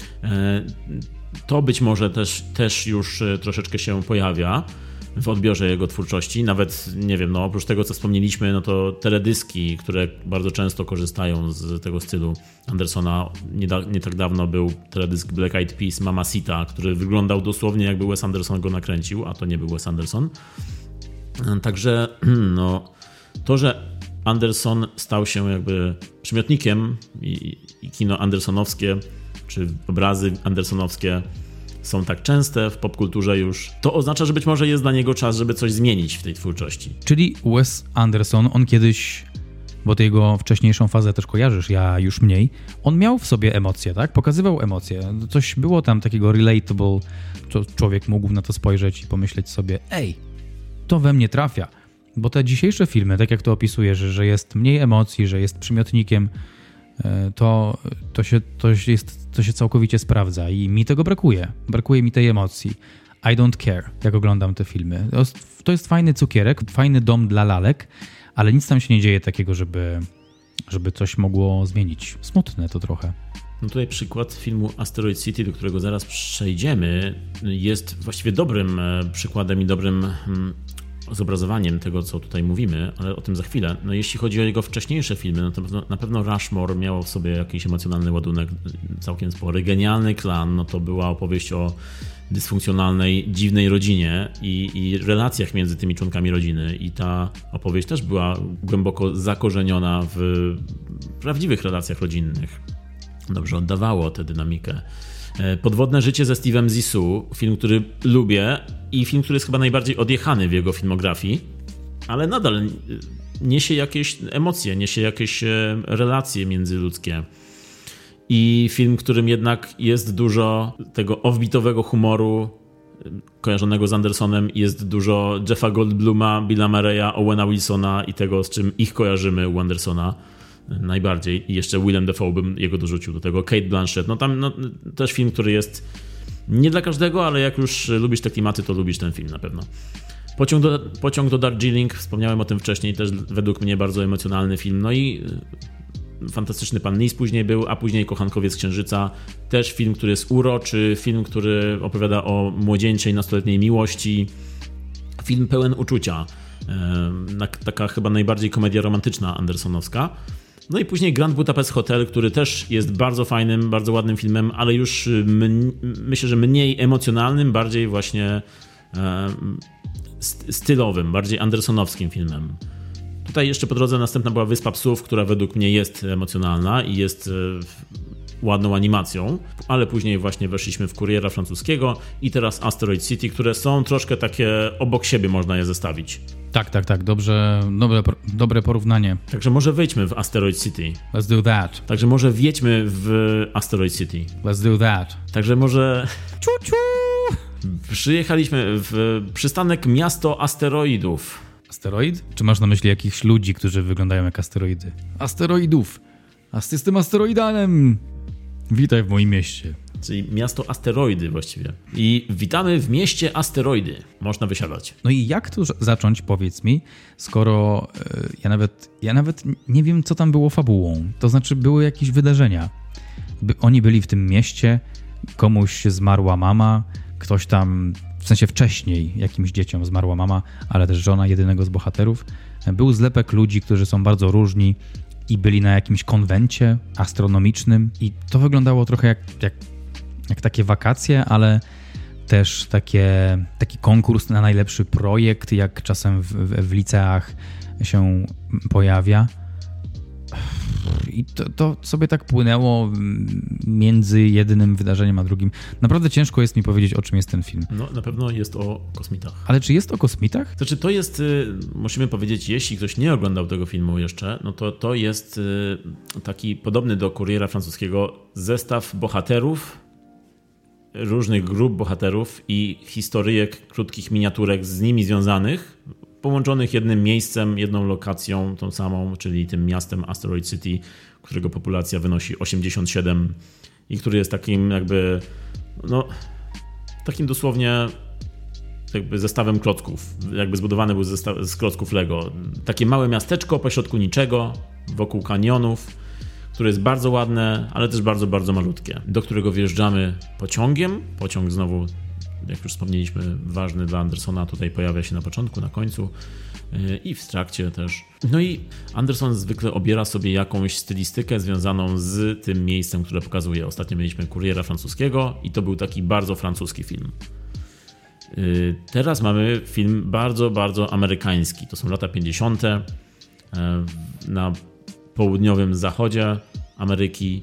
to być może też, też już troszeczkę się pojawia w odbiorze jego twórczości. Nawet, nie wiem, no oprócz tego, co wspomnieliśmy, no to teledyski, które bardzo często korzystają z tego stylu Andersona. Nie, da, nie tak dawno był teledysk Black Eyed Peas Mamacita, który wyglądał dosłownie jakby Wes Anderson go nakręcił, a to nie był Wes Anderson. Także no, to, że Anderson stał się jakby przymiotnikiem i, i kino andersonowskie, czy obrazy andersonowskie są tak częste w popkulturze już, to oznacza, że być może jest dla niego czas, żeby coś zmienić w tej twórczości. Czyli Wes Anderson, on kiedyś, bo ty jego wcześniejszą fazę też kojarzysz, ja już mniej, on miał w sobie emocje, tak? Pokazywał emocje. Coś było tam takiego relatable, co człowiek mógł na to spojrzeć i pomyśleć sobie, ej, to we mnie trafia. Bo te dzisiejsze filmy, tak jak to opisujesz, że jest mniej emocji, że jest przymiotnikiem, to, to, się, to, jest, to się całkowicie sprawdza i mi tego brakuje. Brakuje mi tej emocji. I don't care, jak oglądam te filmy. To jest, to jest fajny cukierek, fajny dom dla lalek, ale nic tam się nie dzieje takiego, żeby, żeby coś mogło zmienić. Smutne to trochę. No tutaj przykład filmu Asteroid City, do którego zaraz przejdziemy, jest właściwie dobrym przykładem i dobrym zobrazowaniem tego, co tutaj mówimy, ale o tym za chwilę. No jeśli chodzi o jego wcześniejsze filmy, no to na pewno Rushmore miało w sobie jakiś emocjonalny ładunek całkiem spory. Genialny Klan, no to była opowieść o dysfunkcjonalnej, dziwnej rodzinie i, i relacjach między tymi członkami rodziny i ta opowieść też była głęboko zakorzeniona w prawdziwych relacjach rodzinnych. Dobrze oddawało tę dynamikę. Podwodne życie ze Steve'em Zissou, film, który lubię i film, który jest chyba najbardziej odjechany w jego filmografii. ale nadal niesie jakieś emocje, niesie jakieś relacje międzyludzkie. I film, w którym jednak jest dużo tego offbeatowego humoru kojarzonego z Andersonem, jest dużo Jeffa Goldbluma, Billa Murraya, Owena Wilsona i tego, z czym ich kojarzymy u Andersona najbardziej. I jeszcze Willem Dafoe bym jego dorzucił do tego. Cate Blanchett. No tam no, też film, który jest nie dla każdego, ale jak już lubisz te klimaty, to lubisz ten film na pewno. Pociąg do, Pociąg do Darjeeling, wspomniałem o tym wcześniej, też według mnie bardzo emocjonalny film. No i Fantastyczny Pan Lis później był, a później Kochankowie z Księżyca. Też film, który jest uroczy, film, który opowiada o młodzieńczej, nastoletniej miłości. Film pełen uczucia. Taka chyba najbardziej komedia romantyczna andersonowska. No i później Grand Budapest Hotel, który też jest bardzo fajnym, bardzo ładnym filmem, ale już m- myślę, że mniej emocjonalnym, bardziej właśnie e, stylowym, bardziej andersonowskim filmem. Tutaj jeszcze po drodze następna była Wyspa Psów, która według mnie jest emocjonalna i jest e, ładną animacją, ale później właśnie weszliśmy w Kuriera Francuskiego i teraz Asteroid City, które są troszkę takie obok siebie, można je zestawić. Tak, tak, tak. Dobrze, dobre, dobre porównanie. Także może wejdźmy w Asteroid City. Let's do that. Także może wjedźmy w Asteroid City. Let's do that. Także może... Ciu, ciu. Przyjechaliśmy w przystanek Miasto Asteroidów. Asteroid? Czy masz na myśli jakichś ludzi, którzy wyglądają jak asteroidy? Asteroidów. A z tym asteroidanem. Witaj w moim mieście. Czyli miasto asteroidy właściwie. I witamy w mieście asteroidy. Można wysiadać. No i jak tu zacząć, powiedz mi, skoro yy, ja nawet ja nawet nie wiem, co tam było fabułą. To znaczy, były jakieś wydarzenia. By, oni byli w tym mieście, komuś zmarła mama, ktoś tam, w sensie wcześniej jakimś dzieciom zmarła mama, ale też żona jedynego z bohaterów. Był zlepek ludzi, którzy są bardzo różni i byli na jakimś konwencie astronomicznym i to wyglądało trochę jak, jak jak takie wakacje, ale też takie, taki konkurs na najlepszy projekt, jak czasem w, w, w liceach się pojawia. I to, to sobie tak płynęło między jednym wydarzeniem a drugim. Naprawdę ciężko jest mi powiedzieć, o czym jest ten film. No, na pewno jest o kosmitach. Ale czy jest o kosmitach? Znaczy, to jest, musimy powiedzieć, jeśli ktoś nie oglądał tego filmu jeszcze, no to to jest taki podobny do Kuriera Francuskiego zestaw bohaterów, różnych grup bohaterów i historyjek, krótkich miniaturek z nimi związanych, połączonych jednym miejscem, jedną lokacją, tą samą, czyli tym miastem Asteroid City, którego populacja wynosi osiemdziesiąt siedem i który jest takim jakby, no, takim dosłownie jakby zestawem klocków. Jakby zbudowany był zestaw, z klocków Lego. Takie małe miasteczko pośrodku niczego, wokół kanionów, które jest bardzo ładne, ale też bardzo, bardzo malutkie, do którego wjeżdżamy pociągiem. Pociąg znowu, jak już wspomnieliśmy, ważny dla Andersona, tutaj pojawia się na początku, na końcu i w trakcie też. No i Anderson zwykle obiera sobie jakąś stylistykę związaną z tym miejscem, które pokazuje. Ostatnio mieliśmy Kuriera Francuskiego i to był taki bardzo francuski film. Teraz mamy film bardzo, bardzo amerykański. To są lata pięćdziesiąte. Na południowym zachodzie Ameryki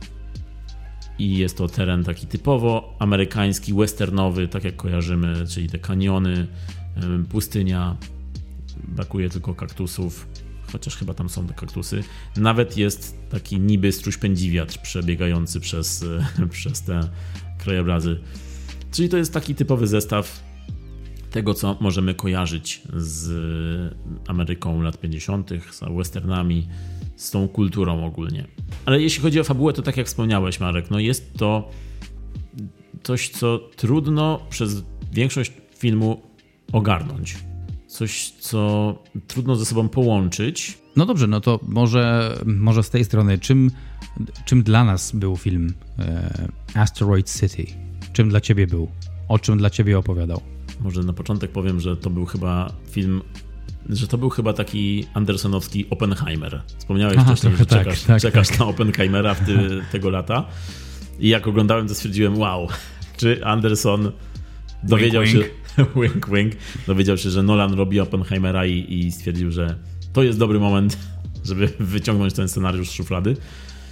i jest to teren taki typowo amerykański, westernowy, tak jak kojarzymy, czyli te kaniony, pustynia, brakuje tylko kaktusów, chociaż chyba tam są te kaktusy. Nawet jest taki niby struś-pędziwiatr przebiegający przez, przez te krajobrazy. Czyli to jest taki typowy zestaw tego, co możemy kojarzyć z Ameryką lat pięćdziesiątych, z westernami, z tą kulturą ogólnie. Ale jeśli chodzi o fabułę, to tak jak wspomniałeś, Marek, no jest to coś, co trudno przez większość filmu ogarnąć. Coś, co trudno ze sobą połączyć. No dobrze, no to może, może z tej strony, czym, czym dla nas był film e, Asteroid City? Czym dla ciebie był? O czym dla ciebie opowiadał? Może na początek powiem, że to był chyba film, że to był chyba taki andersonowski Oppenheimer. Wspomniałeś Aha, wcześniej, że czekasz, tak, tak, czekasz tak. na Oppenheimera w ty, tego lata. I jak oglądałem, to stwierdziłem, wow, czy Anderson dowiedział wink, się, wink, wink, dowiedział się, że Nolan robi Oppenheimera i, i stwierdził, że to jest dobry moment, żeby wyciągnąć ten scenariusz z szuflady.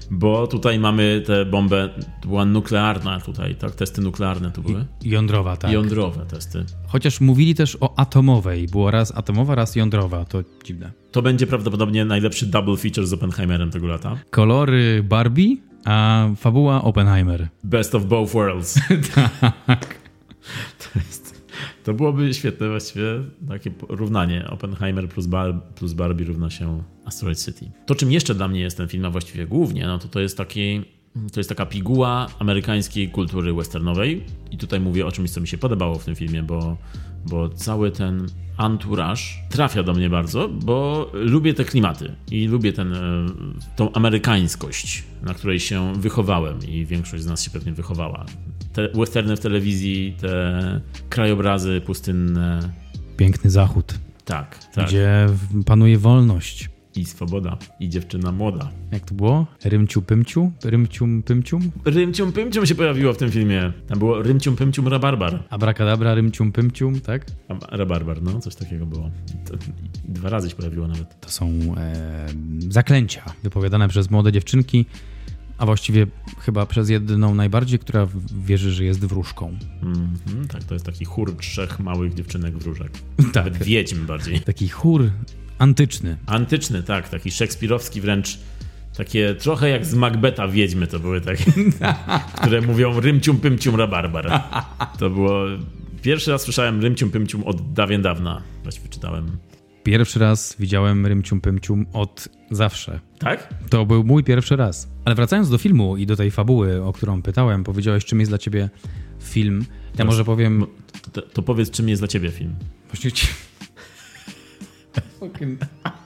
Bo tutaj mamy tę bombę, to była nuklearna tutaj, tak? Testy nuklearne to były? Jądrowa, tak. Jądrowe testy. Chociaż mówili też o atomowej. Było raz atomowa, raz jądrowa. To dziwne. To będzie prawdopodobnie najlepszy double feature z Oppenheimerem tego lata. Kolory Barbie, a fabuła Oppenheimer. Best of both worlds. Tak. To jest... To byłoby świetne właściwie takie równanie. Oppenheimer plus, Bar- plus Barbie równa się Asteroid City. To, czym jeszcze dla mnie jest ten film, a właściwie głównie, no to to jest taki, to jest taka piguła amerykańskiej kultury westernowej. I tutaj mówię o czymś, co mi się podobało w tym filmie, bo, bo cały ten entourage trafia do mnie bardzo, bo lubię te klimaty i lubię ten, tą amerykańskość, na której się wychowałem i większość z nas się pewnie wychowała. Te westerny w telewizji, te krajobrazy pustynne. Piękny zachód. Tak, tak. Gdzie panuje wolność. I swoboda. I dziewczyna młoda. Jak to było? Rymciu pymciu? Rymcium pymcium? Rymcium pymcium się pojawiło w tym filmie. Tam było rymcium pymcium rabarbar. Abracadabra, rymcium pymcium, tak? A, rabarbar, no coś takiego było. To dwa razy się pojawiło nawet. To są e, zaklęcia wypowiadane przez młode dziewczynki, a właściwie chyba przez jedyną najbardziej, która wierzy, że jest wróżką. Mm-hmm, tak, to jest taki chór trzech małych dziewczynek wróżek. Tak. Nawet wiedźm bardziej. Taki chór antyczny. Antyczny, tak, taki szekspirowski wręcz. Takie trochę jak z Macbeta wiedźmy to były takie, które mówią rymcium pymcium rabarbar. To było... Pierwszy raz słyszałem rymcium pymcium od dawien dawna. Właściwie czytałem. Pierwszy raz widziałem rymcium pymcium od zawsze. Tak? To był mój pierwszy raz. Ale wracając do filmu i do tej fabuły, o którą pytałem, powiedziałeś, czym jest dla ciebie film. Ja Proszę. może powiem... To, to powiedz, czym jest dla ciebie film. Właśnie ci... Fucking...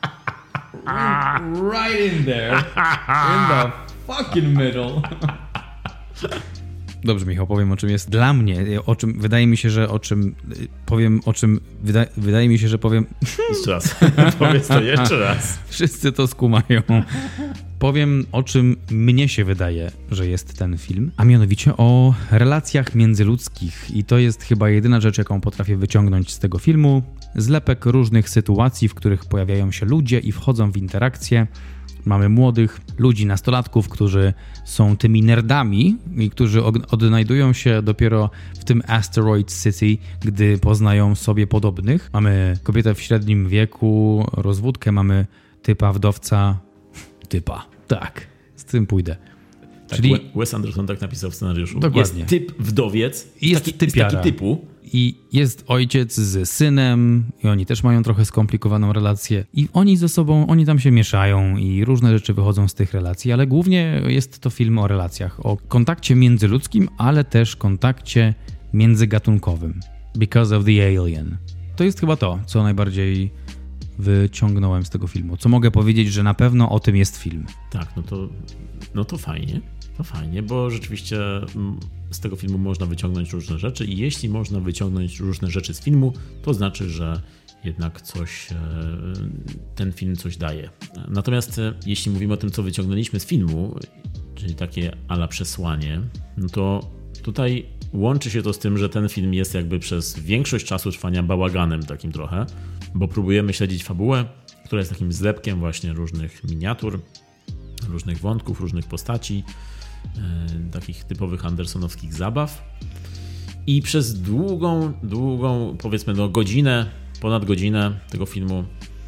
Right in there. In the fucking middle. Dobrze, Michał, powiem o czym jest dla mnie, o czym wydaje mi się, że o czym powiem, o czym wyda, wydaje mi się, że powiem... Jeszcze raz. Powiedz to jeszcze raz. Wszyscy to skumają. Powiem, o czym mnie się wydaje, że jest ten film, a mianowicie o relacjach międzyludzkich. I to jest chyba jedyna rzecz, jaką potrafię wyciągnąć z tego filmu. Zlepek różnych sytuacji, w których pojawiają się ludzie i wchodzą w interakcje. Mamy młodych ludzi, nastolatków, którzy są tymi nerdami i którzy odnajdują się dopiero w tym Asteroid City, gdy poznają sobie podobnych. Mamy kobietę w średnim wieku, rozwódkę, mamy typa wdowca. Typa, tak, z tym pójdę. Tak, Czyli Wes Anderson tak napisał w scenariuszu. Dokładnie. Jest typ wdowiec, jest taki, typiara. jest taki typu. I jest ojciec z synem i oni też mają trochę skomplikowaną relację i oni ze sobą, oni tam się mieszają i różne rzeczy wychodzą z tych relacji, ale głównie jest to film o relacjach, o kontakcie międzyludzkim, ale też kontakcie międzygatunkowym. Because of the alien. To jest chyba to, co najbardziej wyciągnąłem z tego filmu. Co mogę powiedzieć, że na pewno o tym jest film. Tak, no to, no to fajnie. To fajnie, bo rzeczywiście z tego filmu można wyciągnąć różne rzeczy i jeśli można wyciągnąć różne rzeczy z filmu, to znaczy, że jednak coś, ten film coś daje. Natomiast jeśli mówimy o tym, co wyciągnęliśmy z filmu, czyli takie a la przesłanie, no to tutaj łączy się to z tym, że ten film jest jakby przez większość czasu trwania bałaganem takim trochę, bo próbujemy śledzić fabułę, która jest takim zlepkiem właśnie różnych miniatur, różnych wątków, różnych postaci, e, takich typowych andersonowskich zabaw. I przez długą, długą, powiedzmy no godzinę, ponad godzinę tego filmu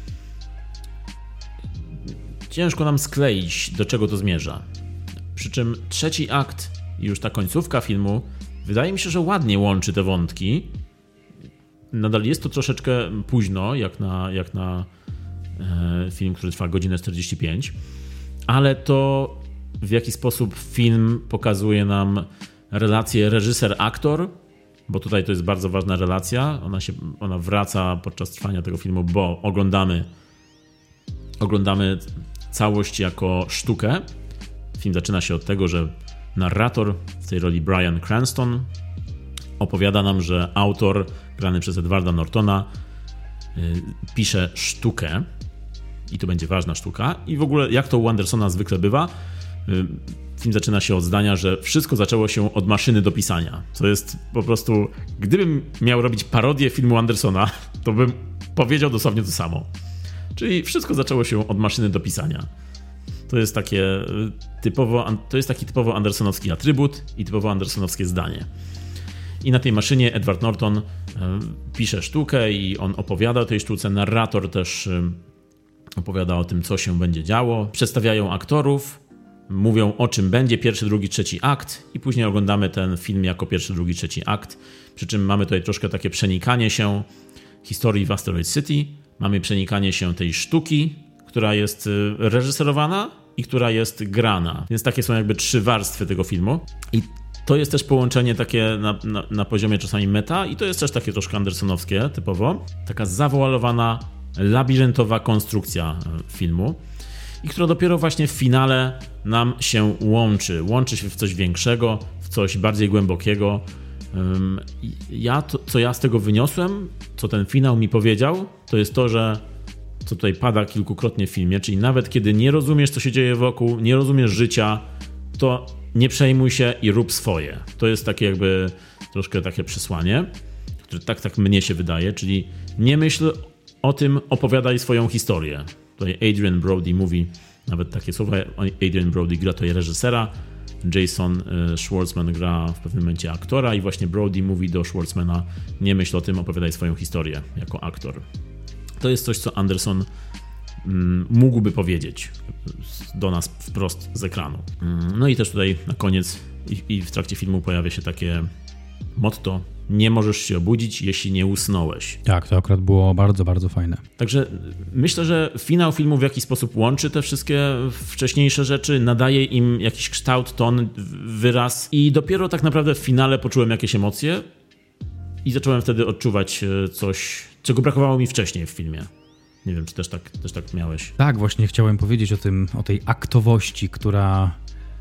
ciężko nam skleić, do czego to zmierza. Przy czym trzeci akt i już ta końcówka filmu wydaje mi się, że ładnie łączy te wątki. Nadal jest to troszeczkę późno, jak na, jak na e, film, który trwa godzinę czterdzieści pięć. Ale to, w jaki sposób film pokazuje nam relację reżyser-aktor, bo tutaj to jest bardzo ważna relacja, ona, się, ona wraca podczas trwania tego filmu, bo oglądamy, oglądamy całość jako sztukę. Film zaczyna się od tego, że narrator, w tej roli Bryan Cranston, opowiada nam, że autor, grany przez Edwarda Nortona, yy, pisze sztukę, i to będzie ważna sztuka. I w ogóle, jak to u Andersona zwykle bywa, film zaczyna się od zdania, że wszystko zaczęło się od maszyny do pisania. Co jest po prostu... Gdybym miał robić parodię filmu Andersona, to bym powiedział dosłownie to samo. Czyli wszystko zaczęło się od maszyny do pisania. To jest takie typowo, to jest taki typowo andersonowski atrybut i typowo andersonowskie zdanie. I na tej maszynie Edward Norton pisze sztukę i on opowiada o tej sztuce. Narrator też opowiada o tym, co się będzie działo. Przedstawiają aktorów, mówią o czym będzie pierwszy, drugi, trzeci akt i później oglądamy ten film jako pierwszy, drugi, trzeci akt. Przy czym mamy tutaj troszkę takie przenikanie się historii w Asteroid City. Mamy przenikanie się tej sztuki, która jest reżyserowana i która jest grana. Więc takie są jakby trzy warstwy tego filmu. I to jest też połączenie takie na, na, na poziomie czasami meta i to jest też takie troszkę andersonowskie typowo. Taka zawoalowana, labiryntowa konstrukcja filmu i która dopiero właśnie w finale nam się łączy. Łączy się w coś większego, w coś bardziej głębokiego. Ja, to, co ja z tego wyniosłem, co ten finał mi powiedział, to jest to, że co tutaj pada kilkukrotnie w filmie, czyli nawet kiedy nie rozumiesz, co się dzieje wokół, nie rozumiesz życia, to nie przejmuj się i rób swoje. To jest takie jakby troszkę takie przesłanie, które tak, tak mnie się wydaje, czyli nie myśl o tym, opowiadaj swoją historię. Tutaj Adrian Brody mówi nawet takie słowa. Adrian Brody gra tutaj reżysera, Jason Schwartzman gra w pewnym momencie aktora i właśnie Brody mówi do Schwartzmana: nie myśl o tym, opowiadaj swoją historię jako aktor. To jest coś, co Anderson mm, mógłby powiedzieć do nas wprost z ekranu. No i też tutaj na koniec i, i w trakcie filmu pojawia się takie motto: nie możesz się obudzić, jeśli nie usnąłeś. Tak, to akurat było bardzo, bardzo fajne. Także myślę, że finał filmu w jakiś sposób łączy te wszystkie wcześniejsze rzeczy, nadaje im jakiś kształt, ton, wyraz i dopiero tak naprawdę w finale poczułem jakieś emocje i zacząłem wtedy odczuwać coś, czego brakowało mi wcześniej w filmie. Nie wiem, czy też tak, też tak miałeś. Tak, właśnie chciałem powiedzieć o tym, o tej aktowości, która...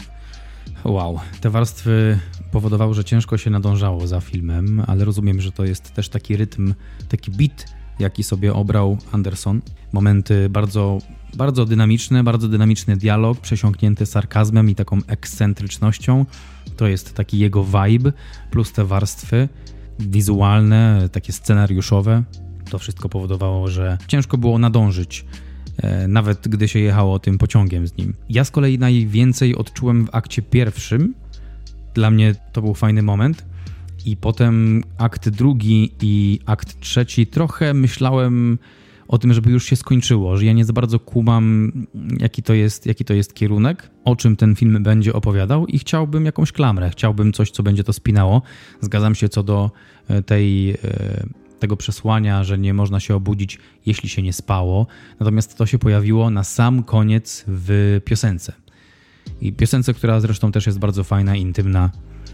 Wow, te warstwy powodowały, że ciężko się nadążało za filmem, ale rozumiem, że to jest też taki rytm, taki beat, jaki sobie obrał Anderson. Momenty bardzo, bardzo dynamiczne, bardzo dynamiczny dialog, przesiąknięty sarkazmem i taką ekscentrycznością. To jest taki jego vibe, plus te warstwy wizualne, takie scenariuszowe. To wszystko powodowało, że ciężko było nadążyć, nawet gdy się jechało tym pociągiem z nim. Ja z kolei najwięcej odczułem w akcie pierwszym. Dla mnie to był fajny moment. I potem akt drugi i akt trzeci trochę myślałem o tym, żeby już się skończyło, że ja nie za bardzo kumam, jaki to jest, jaki to jest kierunek, o czym ten film będzie opowiadał i chciałbym jakąś klamrę, chciałbym coś, co będzie to spinało. Zgadzam się co do tej... tego przesłania, że nie można się obudzić, jeśli się nie spało. Natomiast to się pojawiło na sam koniec w piosence. I piosence, która zresztą też jest bardzo fajna, intymna,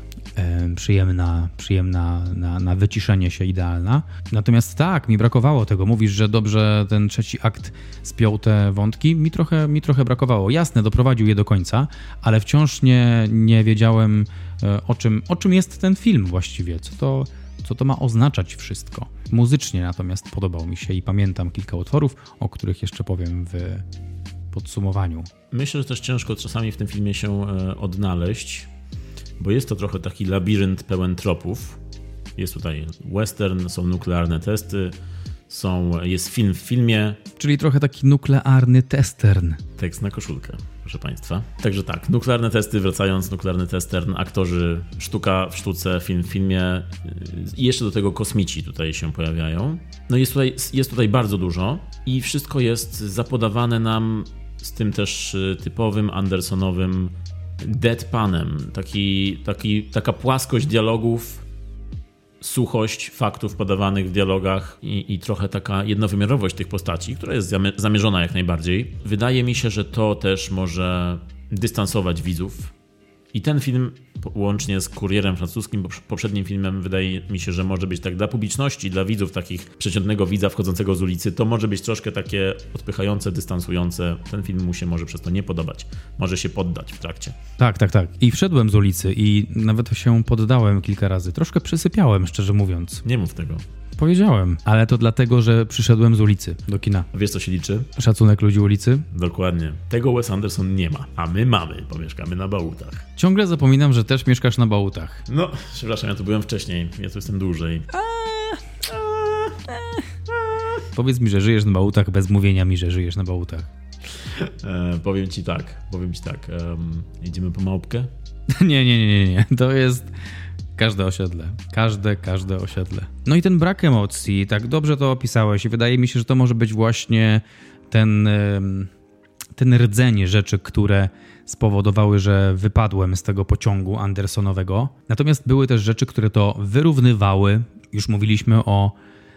e, przyjemna, przyjemna na, na wyciszenie się, idealna. Natomiast tak, mi brakowało tego. Mówisz, że dobrze ten trzeci akt spiął te wątki. Mi trochę, mi trochę brakowało. Jasne, doprowadził je do końca, ale wciąż nie, nie wiedziałem, e, o czym, o czym jest ten film właściwie. Co to Co to ma oznaczać wszystko. Muzycznie natomiast podobał mi się i pamiętam kilka utworów, o których jeszcze powiem w podsumowaniu. Myślę, że też ciężko czasami w tym filmie się odnaleźć, bo jest to trochę taki labirynt pełen tropów. Jest tutaj western, są nuklearne testy, są, jest film w filmie. Czyli trochę taki nuklearny testern. Tekst na koszulkę, proszę Państwa. Także tak, nuklearne testy, wracając, nuklearny testern, aktorzy, sztuka w sztuce, film w filmie i jeszcze do tego kosmici tutaj się pojawiają. No jest tutaj, jest tutaj bardzo dużo i wszystko jest zapodawane nam z tym też typowym andersonowym deadpanem. Taki, taki, taka płaskość dialogów, suchość faktów podawanych w dialogach i, i trochę taka jednowymiarowość tych postaci, która jest zamierzona jak najbardziej. Wydaje mi się, że to też może dystansować widzów. I ten film, łącznie z Kurierem Francuskim, poprzednim filmem, wydaje mi się, że może być tak dla publiczności, dla widzów, takich przeciętnego widza wchodzącego z ulicy, to może być troszkę takie odpychające, dystansujące. Ten film mu się może przez to nie podobać. Może się poddać w trakcie. Tak, tak, tak. I wszedłem z ulicy i nawet się poddałem kilka razy. Troszkę przysypiałem, szczerze mówiąc. Nie mów tego. Powiedziałem, ale to dlatego, że przyszedłem z ulicy do kina. Wiesz, co się liczy? Szacunek ludzi ulicy? Dokładnie. Tego Wes Anderson nie ma, a my mamy, bo mieszkamy na Bałutach. Ciągle zapominam, że też mieszkasz na Bałutach. No, przepraszam, ja tu byłem wcześniej, ja tu jestem dłużej. A, a, a, a. Powiedz mi, że żyjesz na Bałutach bez mówienia mi, że żyjesz na Bałutach. E, powiem ci tak, powiem ci tak. Um, idziemy po małpkę? nie, nie, nie, nie. To jest każde osiedle. Każde, każde osiedle. No i ten brak emocji, tak dobrze to opisałeś i wydaje mi się, że to może być właśnie ten, ten rdzeń rzeczy, które spowodowały, że wypadłem z tego pociągu Andersonowego. Natomiast były też rzeczy, które to wyrównywały. Już mówiliśmy o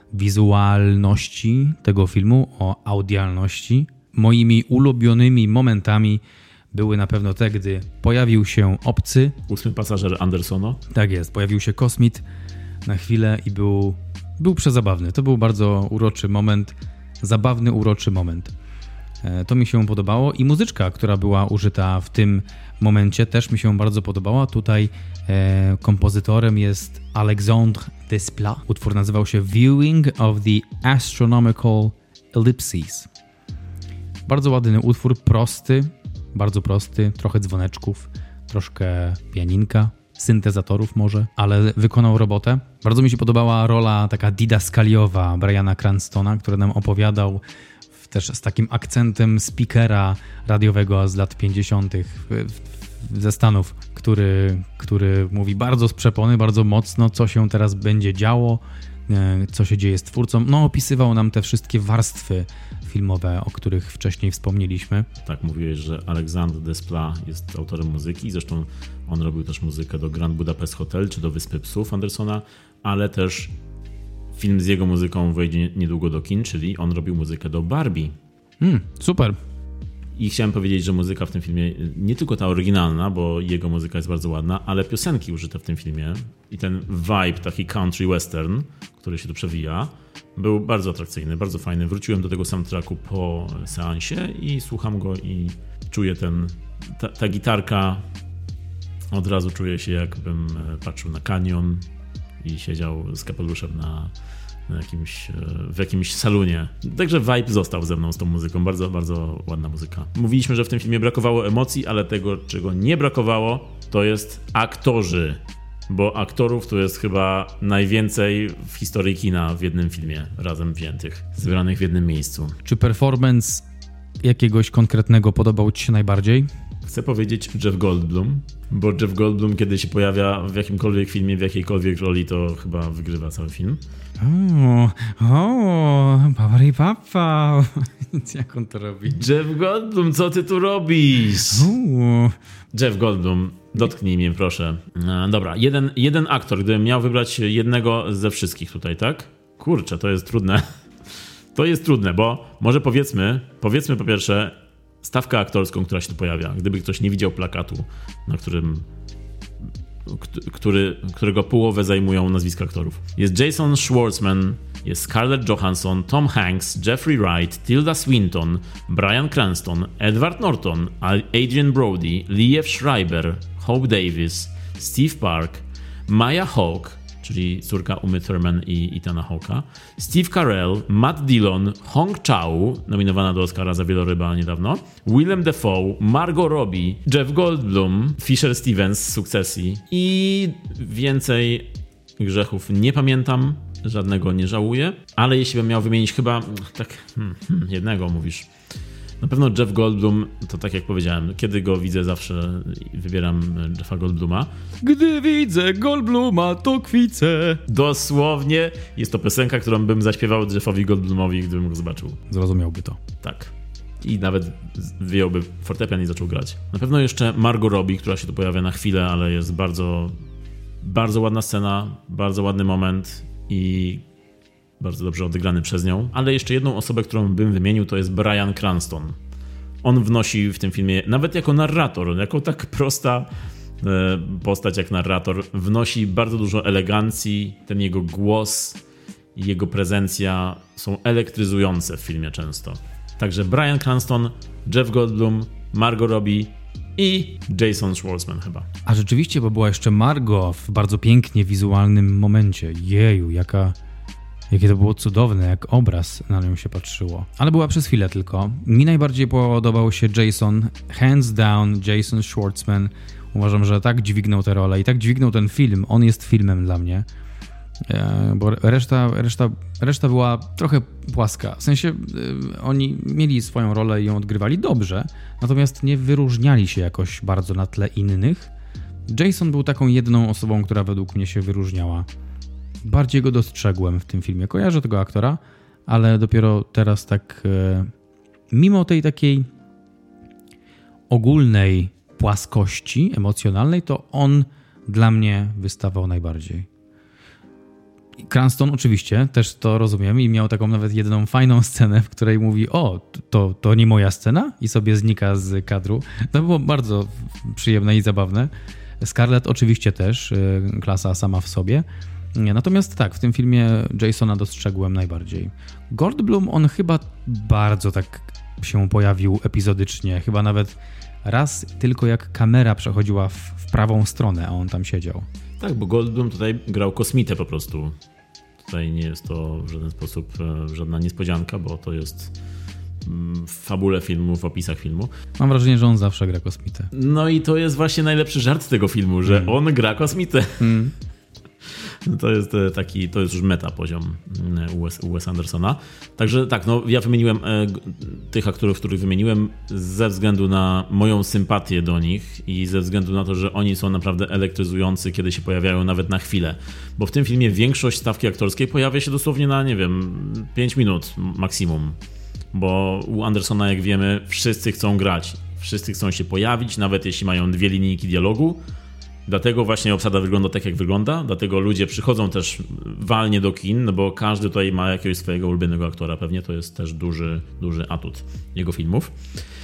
wizualności tego filmu, o audialności. Moimi ulubionymi momentami były na pewno te, gdy pojawił się obcy. Ósmy pasażer Andersona. Tak jest, pojawił się kosmit na chwilę i był, był przezabawny. To był bardzo uroczy moment, zabawny, uroczy moment. To mi się podobało i muzyczka, która była użyta w tym momencie, też mi się bardzo podobała. Tutaj e, kompozytorem jest Alexandre Desplat. Utwór nazywał się Viewing of the Astronomical Ellipses. Bardzo ładny utwór, prosty, bardzo prosty, trochę dzwoneczków, troszkę pianinka, syntezatorów może, ale wykonał robotę. Bardzo mi się podobała rola taka didaskaliowa Briana Cranstona, który nam opowiadał też z takim akcentem speakera radiowego z lat pięćdziesiątych ze Stanów, który, który mówi bardzo z przepony, bardzo mocno, co się teraz będzie działo, co się dzieje z twórcą. No, opisywał nam te wszystkie warstwy filmowe, o których wcześniej wspomnieliśmy. Tak, mówiłeś, że Alexandre Desplat jest autorem muzyki, zresztą on robił też muzykę do Grand Budapest Hotel czy do Wyspy Psów Andersona, ale też film z jego muzyką wejdzie niedługo do kin, czyli on robił muzykę do Barbie. Mm, super. I chciałem powiedzieć, że muzyka w tym filmie, nie tylko ta oryginalna, bo jego muzyka jest bardzo ładna, ale piosenki użyte w tym filmie i ten vibe, taki country western, który się tu przewija, był bardzo atrakcyjny, bardzo fajny. Wróciłem do tego soundtracku po seansie i słucham go i czuję ten, ta, ta gitarka, od razu czuję się, jakbym patrzył na kanion i siedział z kapeluszem na, na jakimś, w jakimś salonie. Także vibe został ze mną z tą muzyką. Bardzo, bardzo ładna muzyka. Mówiliśmy, że w tym filmie brakowało emocji, ale tego, czego nie brakowało, to jest aktorzy. Bo aktorów to jest chyba najwięcej w historii kina w jednym filmie razem wziętych, zebranych w jednym miejscu. Czy performance jakiegoś konkretnego podobał ci się najbardziej? Chcę powiedzieć Jeff Goldblum, bo Jeff Goldblum, kiedy się pojawia w jakimkolwiek filmie, w jakiejkolwiek roli, to chyba wygrywa cały film. O, o, babari papa. Jak on to robi? Jeff Goldblum, co ty tu robisz? U. Jeff Goldblum, dotknij mnie proszę. No, dobra, jeden, jeden aktor, gdybym miał wybrać jednego ze wszystkich tutaj, tak? Kurczę, to jest trudne. To jest trudne, bo może powiedzmy, powiedzmy po pierwsze, stawkę aktorską, która się tu pojawia. Gdyby ktoś nie widział plakatu, na którym który, którego połowę zajmują nazwiska aktorów. Jest Jason Schwartzman, jest Scarlett Johansson, Tom Hanks, Jeffrey Wright, Tilda Swinton, Bryan Cranston, Edward Norton, Adrian Brody, Liev Schreiber, Hope Davis, Steve Park, Maya Hawke, czyli córka Umy Thurman i Ethana Hawke'a, Steve Carell, Matt Dillon, Hong Chau, nominowana do Oscara za Wieloryba niedawno, Willem Dafoe, Margot Robbie, Jeff Goldblum, Fisher Stevens z Sukcesji i więcej grzechów nie pamiętam, żadnego nie żałuję, ale jeśli bym miał wymienić chyba tak hmm, hmm, jednego mówisz, na pewno Jeff Goldblum, to tak jak powiedziałem, kiedy go widzę, zawsze wybieram Jeffa Goldbluma. Gdy widzę Goldbluma, to kwicę. Dosłownie jest to piosenka, którą bym zaśpiewał Jeffowi Goldblumowi, gdybym go zobaczył. Zrozumiałby to. Tak. I nawet wyjąłby fortepian i zaczął grać. Na pewno jeszcze Margot Robbie, która się tu pojawia na chwilę, ale jest bardzo, bardzo ładna scena, bardzo ładny moment i bardzo dobrze odegrany przez nią. Ale jeszcze jedną osobę, którą bym wymienił, to jest Bryan Cranston. On wnosi w tym filmie, nawet jako narrator, jako tak prosta postać jak narrator, wnosi bardzo dużo elegancji. Ten jego głos i jego prezencja są elektryzujące w filmie często. Także Bryan Cranston, Jeff Goldblum, Margot Robbie i Jason Schwartzman chyba. A rzeczywiście, bo była jeszcze Margot w bardzo pięknie wizualnym momencie. Jeju, jaka... Jakie to było cudowne, jak obraz na nią się patrzyło. Ale była przez chwilę tylko. Mi najbardziej podobał się Jason, hands down Jason Schwartzman. Uważam, że tak dźwignął tę rolę i tak dźwignął ten film. On jest filmem dla mnie. bo reszta, reszta, reszta była trochę płaska. W sensie oni mieli swoją rolę i ją odgrywali dobrze, natomiast nie wyróżniali się jakoś bardzo na tle innych. Jason był taką jedną osobą, która według mnie się wyróżniała. Bardziej go dostrzegłem w tym filmie. Kojarzę tego aktora, ale dopiero teraz tak mimo tej takiej ogólnej płaskości emocjonalnej, to on dla mnie wystawał najbardziej. Cranston oczywiście, też to rozumiem i miał taką nawet jedną fajną scenę, w której mówi: o, to, to nie moja scena i sobie znika z kadru. To było bardzo przyjemne i zabawne. Scarlett oczywiście też, klasa sama w sobie. Natomiast tak, w tym filmie Jasona dostrzegłem najbardziej. Goldblum, on chyba bardzo tak się pojawił epizodycznie, chyba nawet raz tylko jak kamera przechodziła w, w prawą stronę, a on tam siedział. Tak, bo Goldblum tutaj grał kosmitę po prostu. Tutaj nie jest to w żaden sposób żadna niespodzianka, bo to jest w fabule filmu, w opisach filmu. Mam wrażenie, że on zawsze gra kosmitę. No i to jest właśnie najlepszy żart tego filmu, że mm. on gra kosmitę. Mm. To jest taki, to jest już meta poziom u Wes Andersona. Także tak, no ja wymieniłem e, tych aktorów, których wymieniłem ze względu na moją sympatię do nich i ze względu na to, że oni są naprawdę elektryzujący, kiedy się pojawiają nawet na chwilę. Bo w tym filmie większość stawki aktorskiej pojawia się dosłownie na, nie wiem, pięć minut maksimum. Bo u Andersona, jak wiemy, wszyscy chcą grać. Wszyscy chcą się pojawić, nawet jeśli mają dwie linijki dialogu. Dlatego właśnie obsada wygląda tak, jak wygląda. Dlatego ludzie przychodzą też walnie do kin, no bo każdy tutaj ma jakiegoś swojego ulubionego aktora. Pewnie to jest też duży, duży atut jego filmów.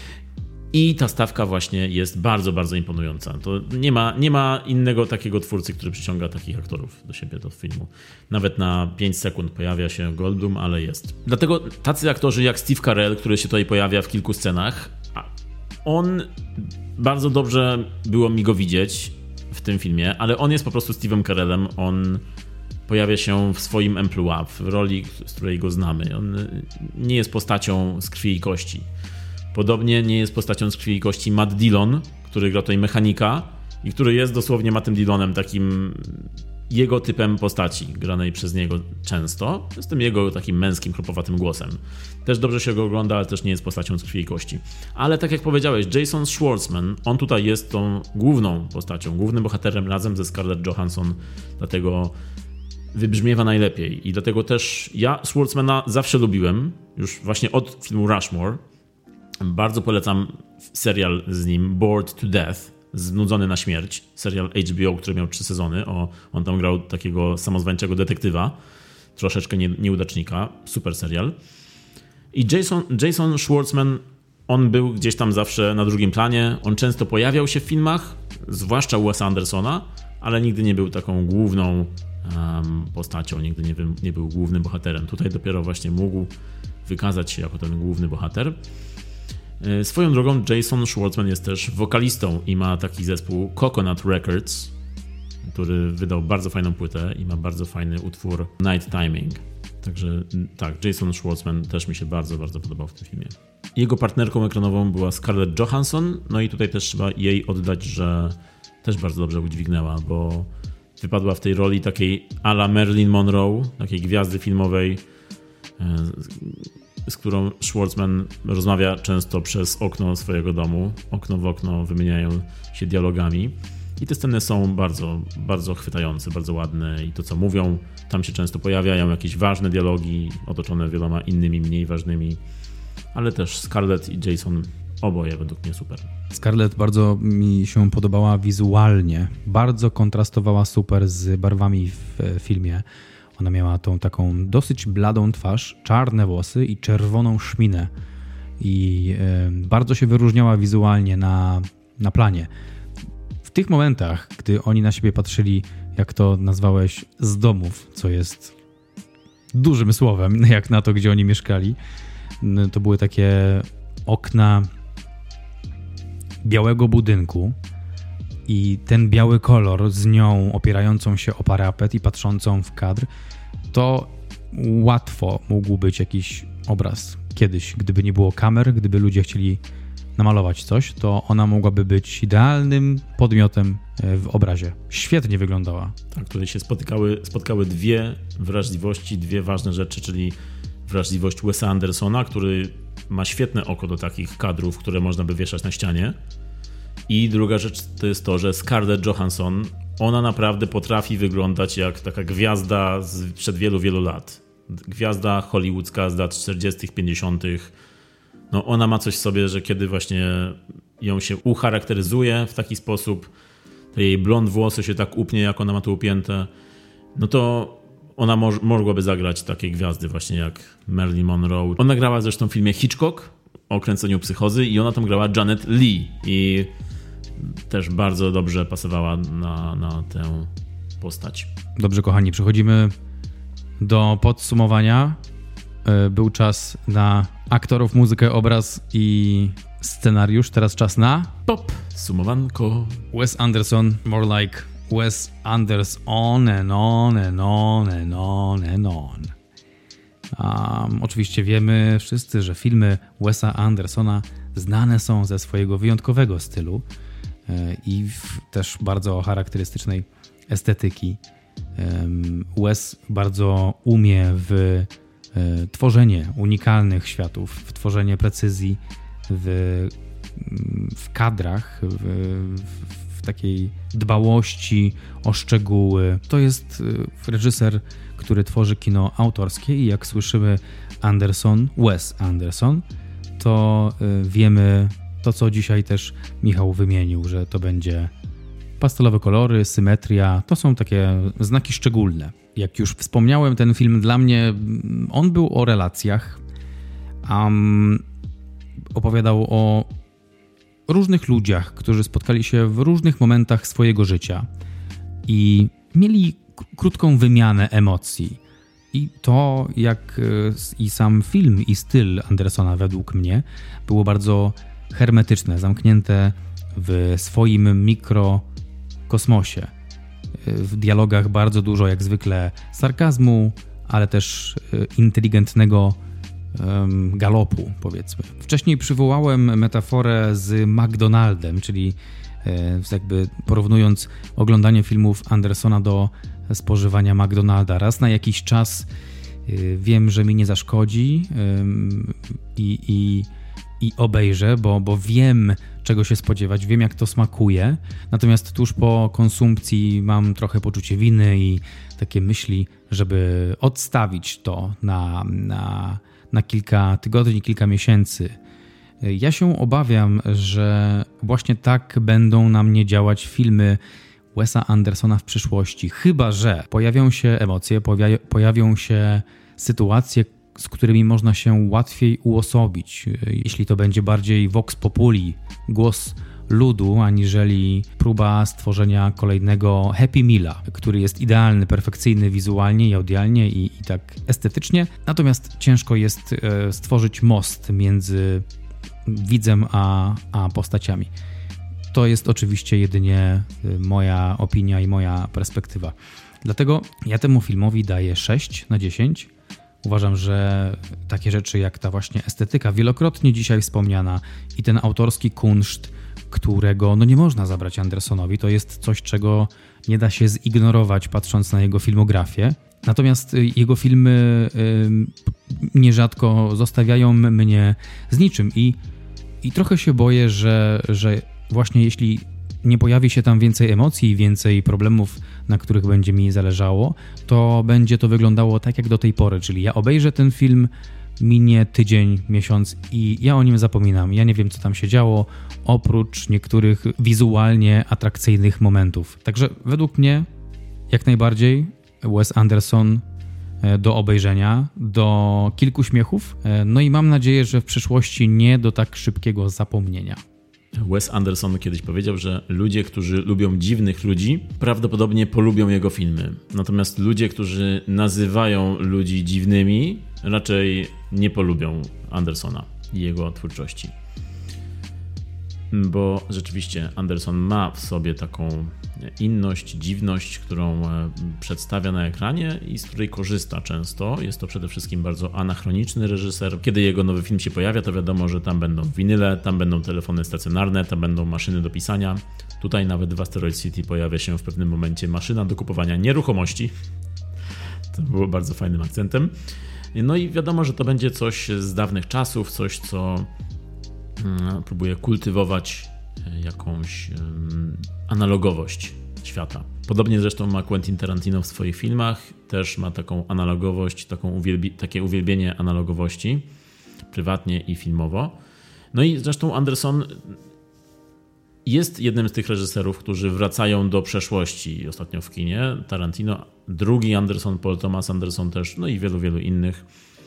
I ta stawka właśnie jest bardzo, bardzo imponująca. To nie ma, nie ma innego takiego twórcy, który przyciąga takich aktorów do siebie, do filmu. Nawet na pięć sekund pojawia się Goldblum, ale jest. Dlatego tacy aktorzy jak Steve Carell, który się tutaj pojawia w kilku scenach, on bardzo dobrze było mi go widzieć w tym filmie, ale on jest po prostu Steve'em Carellem. On pojawia się w swoim emploi, w roli, z której go znamy. On nie jest postacią z krwi i kości. Podobnie nie jest postacią z krwi i kości Matt Dillon, który gra tutaj mechanika i który jest dosłownie Mattem Dillonem, takim jego typem postaci, granej przez niego często. Z tym jego takim męskim, chropowatym głosem. Też dobrze się go ogląda, ale też nie jest postacią z krwi i kości. Ale tak jak powiedziałeś, Jason Schwartzman, on tutaj jest tą główną postacią, głównym bohaterem razem ze Scarlett Johansson, dlatego wybrzmiewa najlepiej. I dlatego też ja Schwartzmana zawsze lubiłem, już właśnie od filmu Rushmore. Bardzo polecam serial z nim, Bored to Death, Znudzony na śmierć, serial H B O, który miał trzy sezony. O, on tam grał takiego samozwańczego detektywa, troszeczkę nie, nieudacznika, super serial. I Jason, Jason Schwartzman, on był gdzieś tam zawsze na drugim planie, on często pojawiał się w filmach, zwłaszcza u Wesa Andersona, ale nigdy nie był taką główną um, postacią, nigdy nie, nie był głównym bohaterem. Tutaj dopiero właśnie mógł wykazać się jako ten główny bohater. Swoją drogą Jason Schwartzman jest też wokalistą i ma taki zespół Coconut Records, który wydał bardzo fajną płytę i ma bardzo fajny utwór Night Timing. Także tak, Jason Schwartzman też mi się bardzo, bardzo podobał w tym filmie. Jego partnerką ekranową była Scarlett Johansson, no i tutaj też trzeba jej oddać, że też bardzo dobrze udźwignęła, bo wypadła w tej roli takiej a la Marilyn Monroe, takiej gwiazdy filmowej, z którą Schwartzman rozmawia często przez okno swojego domu. Okno w okno wymieniają się dialogami. I te sceny są bardzo, bardzo chwytające, bardzo ładne i to, co mówią, tam się często pojawiają jakieś ważne dialogi, otoczone wieloma innymi, mniej ważnymi, ale też Scarlett i Jason, oboje według mnie super. Scarlett bardzo mi się podobała wizualnie, bardzo kontrastowała super z barwami w filmie. Ona miała tą taką dosyć bladą twarz, czarne włosy i czerwoną szminę. I y, bardzo się wyróżniała wizualnie na, na planie. W tych momentach, gdy oni na siebie patrzyli, jak to nazwałeś, z domów, co jest dużym słowem, jak na to, gdzie oni mieszkali, to były takie okna białego budynku i ten biały kolor z nią opierającą się o parapet i patrzącą w kadr, to łatwo mógł być jakiś obraz kiedyś, gdyby nie było kamer, gdyby ludzie chcieli namalować coś, to ona mogłaby być idealnym podmiotem w obrazie. Świetnie wyglądała. Tak, tutaj się spotykały, spotkały dwie wrażliwości, dwie ważne rzeczy, czyli wrażliwość Wesa Andersona, który ma świetne oko do takich kadrów, które można by wieszać na ścianie. I druga rzecz to jest to, że Scarlett Johansson, ona naprawdę potrafi wyglądać jak taka gwiazda sprzed wielu, wielu lat. Gwiazda hollywoodzka z lat czterdziestych, pięćdziesiątych. No ona ma coś w sobie, że kiedy właśnie ją się ucharakteryzuje w taki sposób, te jej blond włosy się tak upnie, jak ona ma to upięte, no to ona mo- mogłaby zagrać takie gwiazdy właśnie jak Marilyn Monroe. Ona grała zresztą w filmie Hitchcock o kręceniu psychozy i ona tam grała Janet Leigh i też bardzo dobrze pasowała na, na tę postać. Dobrze, kochani, przechodzimy do podsumowania. Był czas na aktorów, muzykę, obraz i scenariusz. Teraz czas na pop sumowanko. Wes Anderson, more like Wes Anderson on and on and on and on and on. Um, oczywiście wiemy wszyscy, że filmy Wesa Andersona znane są ze swojego wyjątkowego stylu yy, i w, też bardzo charakterystycznej estetyki. Yy, Wes bardzo umie w yy, tworzenie unikalnych światów, w tworzenie precyzji w, w kadrach, w, w w takiej dbałości o szczegóły. To jest reżyser, który tworzy kino autorskie i jak słyszymy Anderson, Wes Anderson, to wiemy to, co dzisiaj też Michał wymienił, że to będzie pastelowe kolory, symetria, to są takie znaki szczególne. Jak już wspomniałem, ten film dla mnie, on był o relacjach, um, opowiadał o różnych ludziach, którzy spotkali się w różnych momentach swojego życia i mieli k- krótką wymianę emocji. I to, jak i sam film i styl Andersona według mnie było bardzo hermetyczne, zamknięte w swoim mikrokosmosie. W dialogach bardzo dużo, jak zwykle, sarkazmu, ale też inteligentnego galopu, powiedzmy. Wcześniej przywołałem metaforę z McDonaldem, czyli jakby porównując oglądanie filmów Andersona do spożywania McDonalda. Raz na jakiś czas wiem, że mi nie zaszkodzi i, i, i obejrzę, bo, bo wiem, czego się spodziewać, wiem, jak to smakuje. Natomiast tuż po konsumpcji mam trochę poczucie winy i takie myśli, żeby odstawić to na, na na kilka tygodni, kilka miesięcy. Ja się obawiam, że właśnie tak będą na mnie działać filmy Wesa Andersona w przyszłości. Chyba że pojawią się emocje, pojawia, pojawią się sytuacje, z którymi można się łatwiej uosobić. Jeśli to będzie bardziej vox populi, głos ludu, aniżeli próba stworzenia kolejnego Happy Meala, który jest idealny, perfekcyjny wizualnie i audialnie i, i tak estetycznie. Natomiast ciężko jest e, stworzyć most między widzem a, a postaciami. To jest oczywiście jedynie moja opinia i moja perspektywa. Dlatego ja temu filmowi daję sześć na dziesięć. Uważam, że takie rzeczy jak ta właśnie estetyka, wielokrotnie dzisiaj wspomniana, i ten autorski kunszt, którego no nie można zabrać Andersonowi, to jest coś, czego nie da się zignorować, patrząc na jego filmografię. Natomiast jego filmy y, nierzadko zostawiają mnie z niczym i, i trochę się boję, że, że właśnie jeśli nie pojawi się tam więcej emocji, więcej problemów, na których będzie mi zależało, to będzie to wyglądało tak jak do tej pory, czyli ja obejrzę ten film, minie tydzień, miesiąc i ja o nim zapominam. Ja nie wiem, co tam się działo, oprócz niektórych wizualnie atrakcyjnych momentów. Także według mnie jak najbardziej Wes Anderson do obejrzenia, do kilku śmiechów, no i mam nadzieję, że w przyszłości nie do tak szybkiego zapomnienia. Wes Anderson kiedyś powiedział, że ludzie, którzy lubią dziwnych ludzi, prawdopodobnie polubią jego filmy. Natomiast ludzie, którzy nazywają ludzi dziwnymi, raczej nie polubią Andersona i jego twórczości. bo rzeczywiście Anderson ma w sobie taką inność, dziwność, którą przedstawia na ekranie i z której korzysta często. Jest to przede wszystkim bardzo anachroniczny reżyser. Kiedy jego nowy film się pojawia, to wiadomo, że tam będą winyle, tam będą telefony stacjonarne, tam będą maszyny do pisania. Tutaj nawet w Asteroid City pojawia się w pewnym momencie maszyna do kupowania nieruchomości. To było bardzo fajnym akcentem. No i wiadomo, że to będzie coś z dawnych czasów, coś, co próbuje kultywować jakąś analogowość świata. Podobnie zresztą ma Quentin Tarantino w swoich filmach, też ma taką analogowość, taką uwielbi- takie uwielbienie analogowości, prywatnie i filmowo. No i zresztą Anderson jest jednym z tych reżyserów, którzy wracają do przeszłości ostatnio w kinie. Tarantino, drugi Anderson, Paul Thomas Anderson też, no i wielu, wielu innych.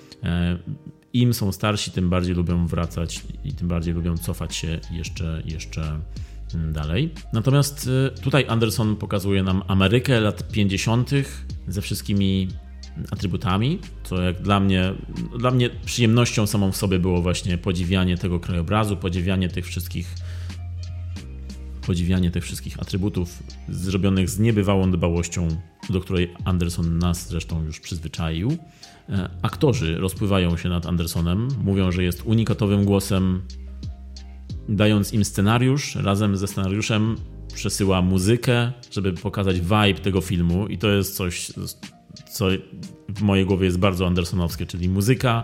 Im są starsi, tym bardziej lubią wracać i tym bardziej lubią cofać się jeszcze, jeszcze dalej. Natomiast tutaj Anderson pokazuje nam Amerykę lat pięćdziesiątych ze wszystkimi atrybutami, co jak dla mnie, dla mnie przyjemnością samą w sobie było właśnie podziwianie tego krajobrazu, podziwianie tych wszystkich podziwianie tych wszystkich atrybutów zrobionych z niebywałą dbałością, do której Anderson nas zresztą już przyzwyczaił. Aktorzy rozpływają się nad Andersonem, mówią, że jest unikatowym głosem, dając im scenariusz, razem ze scenariuszem przesyła muzykę, żeby pokazać vibe tego filmu i to jest coś, co w mojej głowie jest bardzo andersonowskie, czyli muzyka,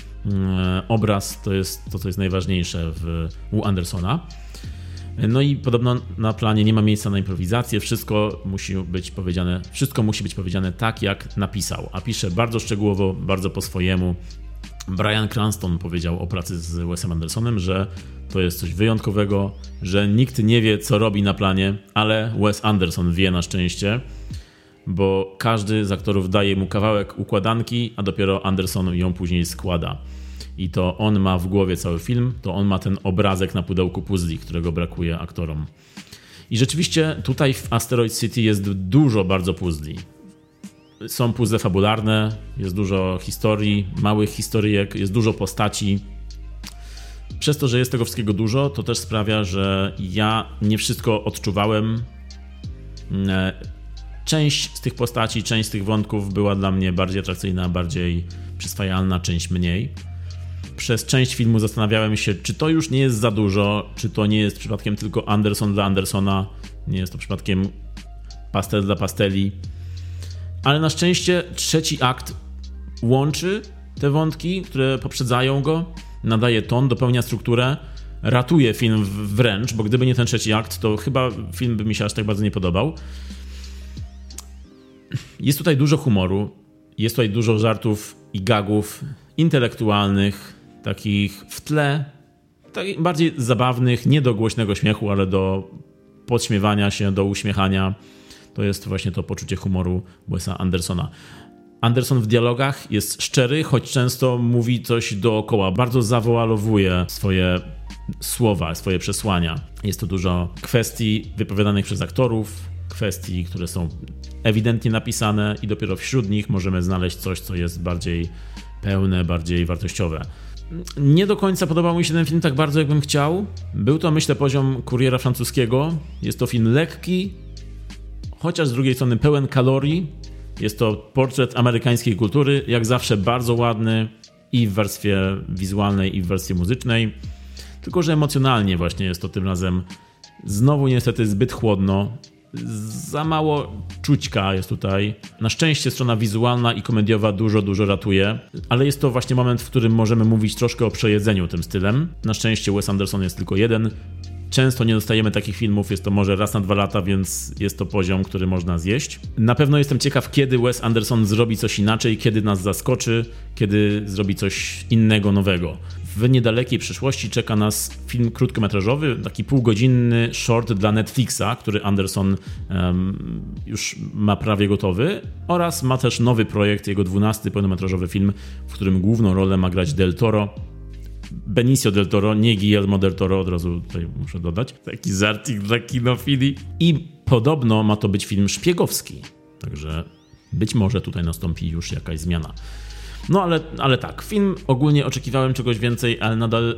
obraz to jest to, co jest najważniejsze w, u Andersona. No i podobno na planie nie ma miejsca na improwizację, wszystko musi być powiedziane, wszystko musi być powiedziane tak, jak napisał, a pisze bardzo szczegółowo, bardzo po swojemu. Bryan Cranston powiedział o pracy z Wesem Andersonem, że to jest coś wyjątkowego, że nikt nie wie, co robi na planie, ale Wes Anderson wie na szczęście, bo każdy z aktorów daje mu kawałek układanki, a dopiero Anderson ją później składa. I to on ma w głowie cały film, to on ma ten obrazek na pudełku puzli, którego brakuje aktorom. I rzeczywiście tutaj w Asteroid City jest dużo bardzo puzli. Są puzzle fabularne, jest dużo historii, małych historyjek, jest dużo postaci. Przez to, że jest tego wszystkiego dużo, to też sprawia, że ja nie wszystko odczuwałem. Część z tych postaci, część z tych wątków była dla mnie bardziej atrakcyjna, bardziej przyswajalna, część mniej. Przez część filmu zastanawiałem się, czy to już nie jest za dużo, czy to nie jest przypadkiem tylko Anderson dla Andersona, nie jest to przypadkiem pastel dla pasteli. Ale na szczęście trzeci akt łączy te wątki, które poprzedzają go, nadaje ton, dopełnia strukturę, ratuje film wręcz, bo gdyby nie ten trzeci akt, to chyba film by mi się aż tak bardzo nie podobał. Jest tutaj dużo humoru, jest tutaj dużo żartów i gagów intelektualnych, takich w tle, takich bardziej zabawnych, nie do głośnego śmiechu, ale do podśmiewania się, do uśmiechania. To jest właśnie to poczucie humoru Wesa Andersona. Anderson w dialogach jest szczery, choć często mówi coś dookoła. Bardzo zawoalowuje swoje słowa, swoje przesłania. Jest tu dużo kwestii wypowiadanych przez aktorów, kwestii, które są ewidentnie napisane i dopiero wśród nich możemy znaleźć coś, co jest bardziej pełne, bardziej wartościowe. Nie do końca podobał mi się ten film tak bardzo, jakbym chciał. Był to, myślę, poziom Kuriera Francuskiego. Jest to film lekki, chociaż z drugiej strony pełen kalorii. Jest to portret amerykańskiej kultury, jak zawsze bardzo ładny i w warstwie wizualnej, i w warstwie muzycznej. Tylko że emocjonalnie właśnie jest to tym razem znowu niestety zbyt chłodno. Za mało czućka jest tutaj. Na szczęście strona wizualna i komediowa dużo, dużo ratuje, ale jest to właśnie moment, w którym możemy mówić troszkę o przejedzeniu tym stylem. Na szczęście Wes Anderson jest tylko jeden. Często nie dostajemy takich filmów, jest to może raz na dwa lata, więc jest to poziom, który można zjeść. Na pewno jestem ciekaw, kiedy Wes Anderson zrobi coś inaczej, kiedy nas zaskoczy, kiedy zrobi coś innego, nowego. W niedalekiej przyszłości czeka nas film krótkometrażowy, taki półgodzinny short dla Netflixa, który Anderson um, już ma prawie gotowy, oraz ma też nowy projekt, jego dwunasty pełnometrażowy film, w którym główną rolę ma grać Del Toro. Benicio del Toro, nie Guillermo del Toro, od razu tutaj muszę dodać. Taki żarcik dla kinofili. I podobno ma to być film szpiegowski, także być może tutaj nastąpi już jakaś zmiana. No ale, ale tak, film ogólnie oczekiwałem czegoś więcej, ale nadal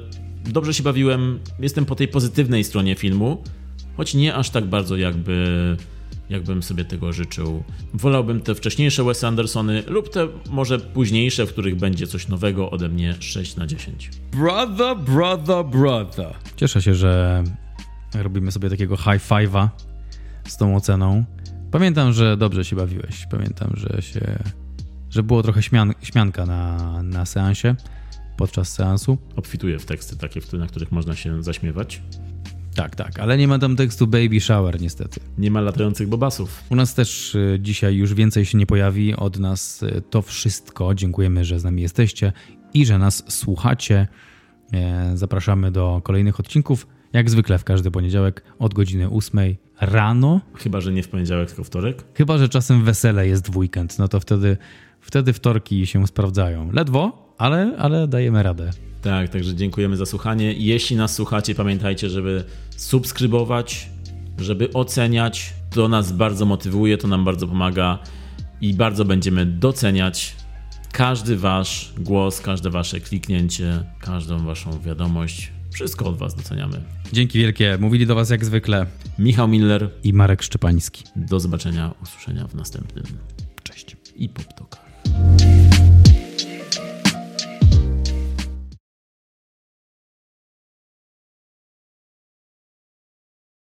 dobrze się bawiłem, jestem po tej pozytywnej stronie filmu, choć nie aż tak bardzo jakby, jakbym sobie tego życzył. Wolałbym te wcześniejsze Wes Andersony lub te może późniejsze, w których będzie coś nowego, ode mnie sześć na dziesięć. Brother, brother, brother. Cieszę się, że robimy sobie takiego high five'a z tą oceną. Pamiętam, że dobrze się bawiłeś. Pamiętam, że się, że było trochę śmian, śmianka na, na seansie, podczas seansu. Obfituję w teksty takie, na których można się zaśmiewać. Tak, tak, ale nie ma tam tekstu baby shower niestety. Nie ma latających bobasów. U nas też y, dzisiaj już więcej się nie pojawi. Od nas y, to wszystko. Dziękujemy, że z nami jesteście i że nas słuchacie. E, zapraszamy do kolejnych odcinków. Jak zwykle w każdy poniedziałek od godziny ósmej rano. Chyba że nie w poniedziałek, tylko wtorek. Chyba że czasem wesele jest w weekend. No to wtedy, wtedy wtorki się sprawdzają. Ledwo, ale, ale dajemy radę. Tak, także dziękujemy za słuchanie. Jeśli nas słuchacie, pamiętajcie, żeby subskrybować, żeby oceniać. To nas bardzo motywuje, to nam bardzo pomaga i bardzo będziemy doceniać każdy wasz głos, każde wasze kliknięcie, każdą waszą wiadomość. Wszystko od was doceniamy. Dzięki wielkie. Mówili do was jak zwykle Michał Miller i Marek Szczepański. Do zobaczenia, usłyszenia w następnym. Cześć. I PopTalk.